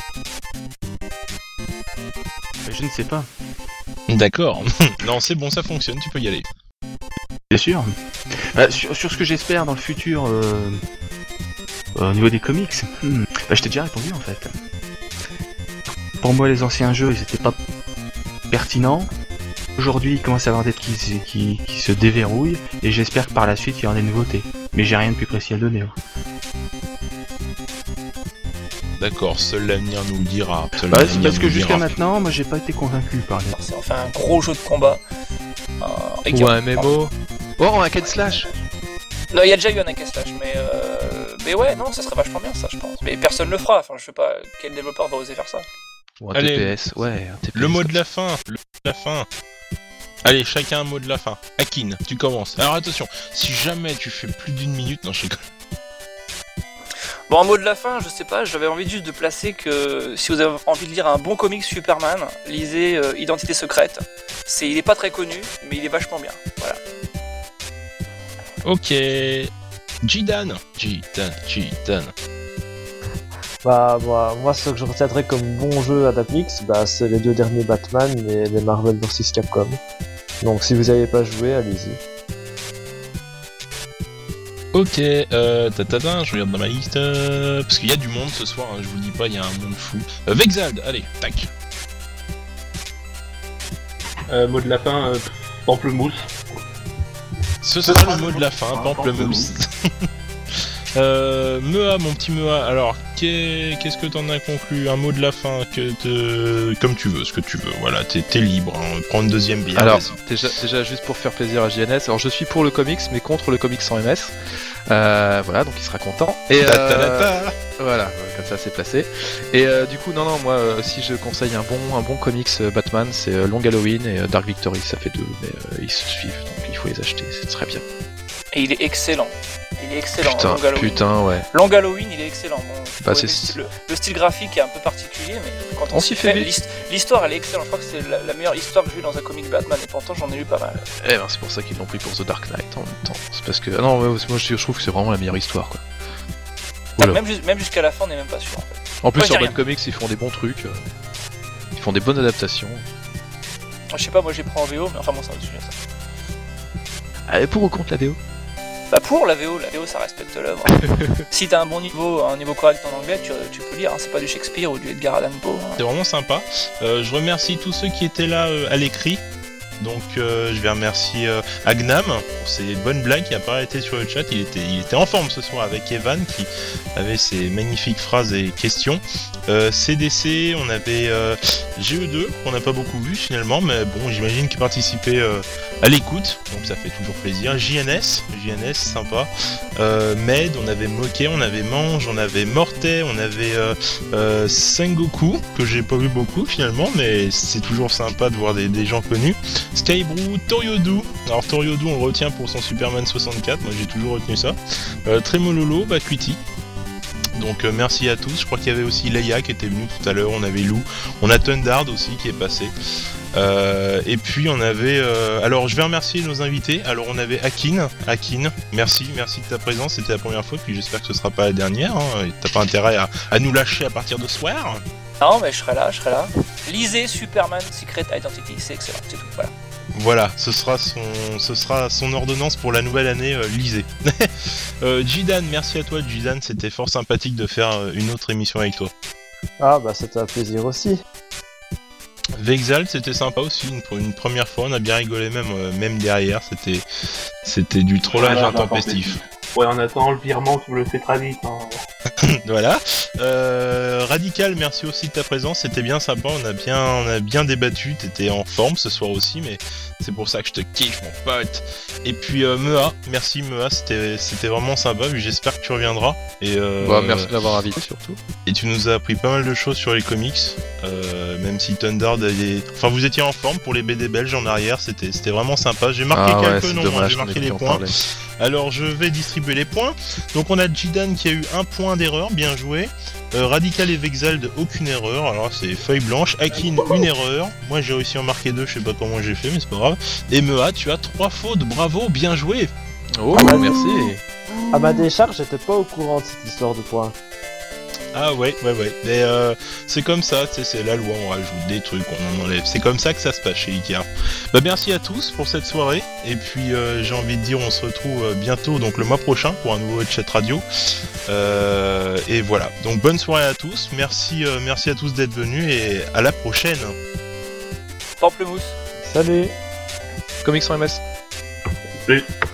Je ne sais pas. D'accord. Non, c'est bon, ça fonctionne, tu peux y aller. Bien sûr. Sur ce que j'espère dans le futur au niveau des comics, je t'ai déjà répondu en fait. Pour moi, les anciens jeux, ils étaient pas pertinents. Aujourd'hui, il commence à y avoir des trucs qui se déverrouillent, et j'espère que par la suite, il y aura des nouveautés. Mais j'ai rien de plus précis à le donner. Hein. D'accord, seul l'avenir nous le dira. C'est parce que jusqu'à maintenant, moi, j'ai pas été convaincu par les... C'est enfin un gros jeu de combat. Ou un MMO. Oh, un hack slash. Non, il y a déjà eu un hack slash, mais ouais, non, ça serait vachement bien, ça, je pense. Mais personne le fera, enfin, je sais pas quel développeur va oser faire ça. Ou un Allez, TPS, ouais, un TPS. Le mot de la fin. Allez, chacun un mot de la fin. Akin, tu commences. Alors attention, si jamais tu fais plus d'une minute, non, je rigole. Bon, en mot de la fin, je sais pas, j'avais envie juste de placer que si vous avez envie de lire un bon comic Superman, lisez Identité secrète. Il est pas très connu, mais il est vachement bien. Voilà. Ok. Jidan. Bah, moi, ce que je retiendrai comme bon jeu à Dapnix, c'est les deux derniers Batman et les Marvel vs Capcom. Donc si vous n'avez pas joué, allez-y. Ok, je regarde dans ma liste, parce qu'il y a du monde ce soir, hein, je vous le dis pas, il y a un monde fou. Vexald, allez, tac. Mot de la fin, pamplemousse. Ce sera le mot de la fin, pamplemousse. Mea, mon petit Mea, alors qu'est-ce que t'en as conclu? Un mot de la fin, comme tu veux, ce que tu veux, voilà, t'es libre, hein. Prends une deuxième bière. Alors, vas-y. déjà, juste pour faire plaisir à JNS, alors je suis pour le comics, mais contre le comics sans MS. Voilà, donc il sera content. Et voilà, comme ça c'est placé. Et du coup, non, moi, si je conseille un bon comics Batman, c'est Long Halloween et Dark Victory, ça fait deux, mais ils se suivent, donc il faut les acheter, c'est très bien. Et il est excellent. Il est excellent, Putain, Long Halloween. putain, ouais. Long Halloween, il est excellent. Bon, Bah, ouais, c'est- le style graphique est un peu particulier, mais quand On s'y fait vite. l'histoire, elle est excellente. Je crois que c'est la meilleure histoire que j'ai vue dans un comic Batman, et pourtant j'en ai lu pas mal. Eh ben, c'est pour ça qu'ils l'ont pris pour The Dark Knight en même temps. C'est parce que. Ah non, moi je trouve que c'est vraiment la meilleure histoire, quoi. Voilà. Même jusqu'à la fin, on n'est même pas sûr. En fait. En plus, Moi, sur j'ai Bad Comics, ils font des bons trucs. Ils font des bonnes adaptations. Je sais pas, moi j'ai pris en VO, mais enfin bon, c'est un autre sujet ça. Allez, pour ou contre la VO? Bah pour la VO ça respecte l'œuvre. Si t'as un niveau correct en anglais, tu peux lire, hein. C'est pas du Shakespeare ou du Edgar Allan Poe. Hein. C'est vraiment sympa. Je remercie tous ceux qui étaient là à l'écrit. Donc je vais remercier Agnam pour ses bonnes blagues qui a pas arrêté sur le chat. Il était en forme ce soir avec Evan qui avait ses magnifiques phrases et questions. CDC, on avait GE2 qu'on n'a pas beaucoup vu finalement, mais bon, j'imagine qu'il participait à l'écoute, donc ça fait toujours plaisir. JNS sympa. Med, on avait Moquet, on avait Mange, on avait Mortet, on avait Sengoku que j'ai pas vu beaucoup finalement, mais c'est toujours sympa de voir des gens connus. Skybrew, Toriodu. Alors Toriodu on le retient pour son Superman 64, moi j'ai toujours retenu ça. Tremololo, Bakuti. Donc merci à tous, je crois qu'il y avait aussi Leia qui était venue tout à l'heure, on avait Lou, on a Thundard aussi qui est passé. Et puis on avait... alors je vais remercier nos invités, alors on avait Akin, merci de ta présence, c'était la première fois, puis j'espère que ce sera pas la dernière, hein. T'as pas intérêt à nous lâcher à partir de ce soir. Non, mais je serai là. Lisez Superman Secret Identity, c'est excellent, c'est tout, voilà. Voilà, ce sera son ordonnance pour la nouvelle année, lisez. Jidan, merci à toi Jidan, c'était fort sympathique de faire une autre émission avec toi. Ah bah c'était un plaisir aussi. Vexal, c'était sympa aussi, une première fois, on a bien rigolé même derrière, c'était du trollage intempestif. Ouais, en attendant le virement, tu me le fais très vite. Hein. Voilà. Radical, merci aussi de ta présence, c'était bien sympa, on a bien débattu, t'étais en forme ce soir aussi, mais c'est pour ça que je te kiffe mon pote. Et puis Mea, merci Mea, c'était vraiment sympa, j'espère que tu reviendras. Et merci de l'avoir invité surtout. Et tu nous as appris pas mal de choses sur les comics, même si Thundard enfin vous étiez en forme pour les BD belges en arrière, c'était vraiment sympa. J'ai marqué quelques noms, hein, j'ai marqué les points. Alors je vais distribuer les points. Donc on a Jidan qui a eu 1 point d'erreur, bien joué. Radical et Vexald, aucune erreur. Alors c'est feuille blanche. Akin, une erreur. Moi j'ai réussi à en marquer 2, je sais pas comment j'ai fait, mais c'est pas grave. Et Mea, tu as 3 fautes, bravo, bien joué. Oh, merci. À ma décharge, j'étais pas au courant de cette histoire de points. Ah ouais. Mais c'est comme ça, tu sais, c'est la loi, on rajoute des trucs, on en enlève. C'est comme ça que ça se passe chez Ikea. Bah merci à tous pour cette soirée. Et puis j'ai envie de dire, on se retrouve bientôt, donc le mois prochain, pour un nouveau chat radio. Et voilà. Donc bonne soirée à tous. Merci à tous d'être venus et à la prochaine. Pamplemousse. Salut. Comics sans MS. Oui.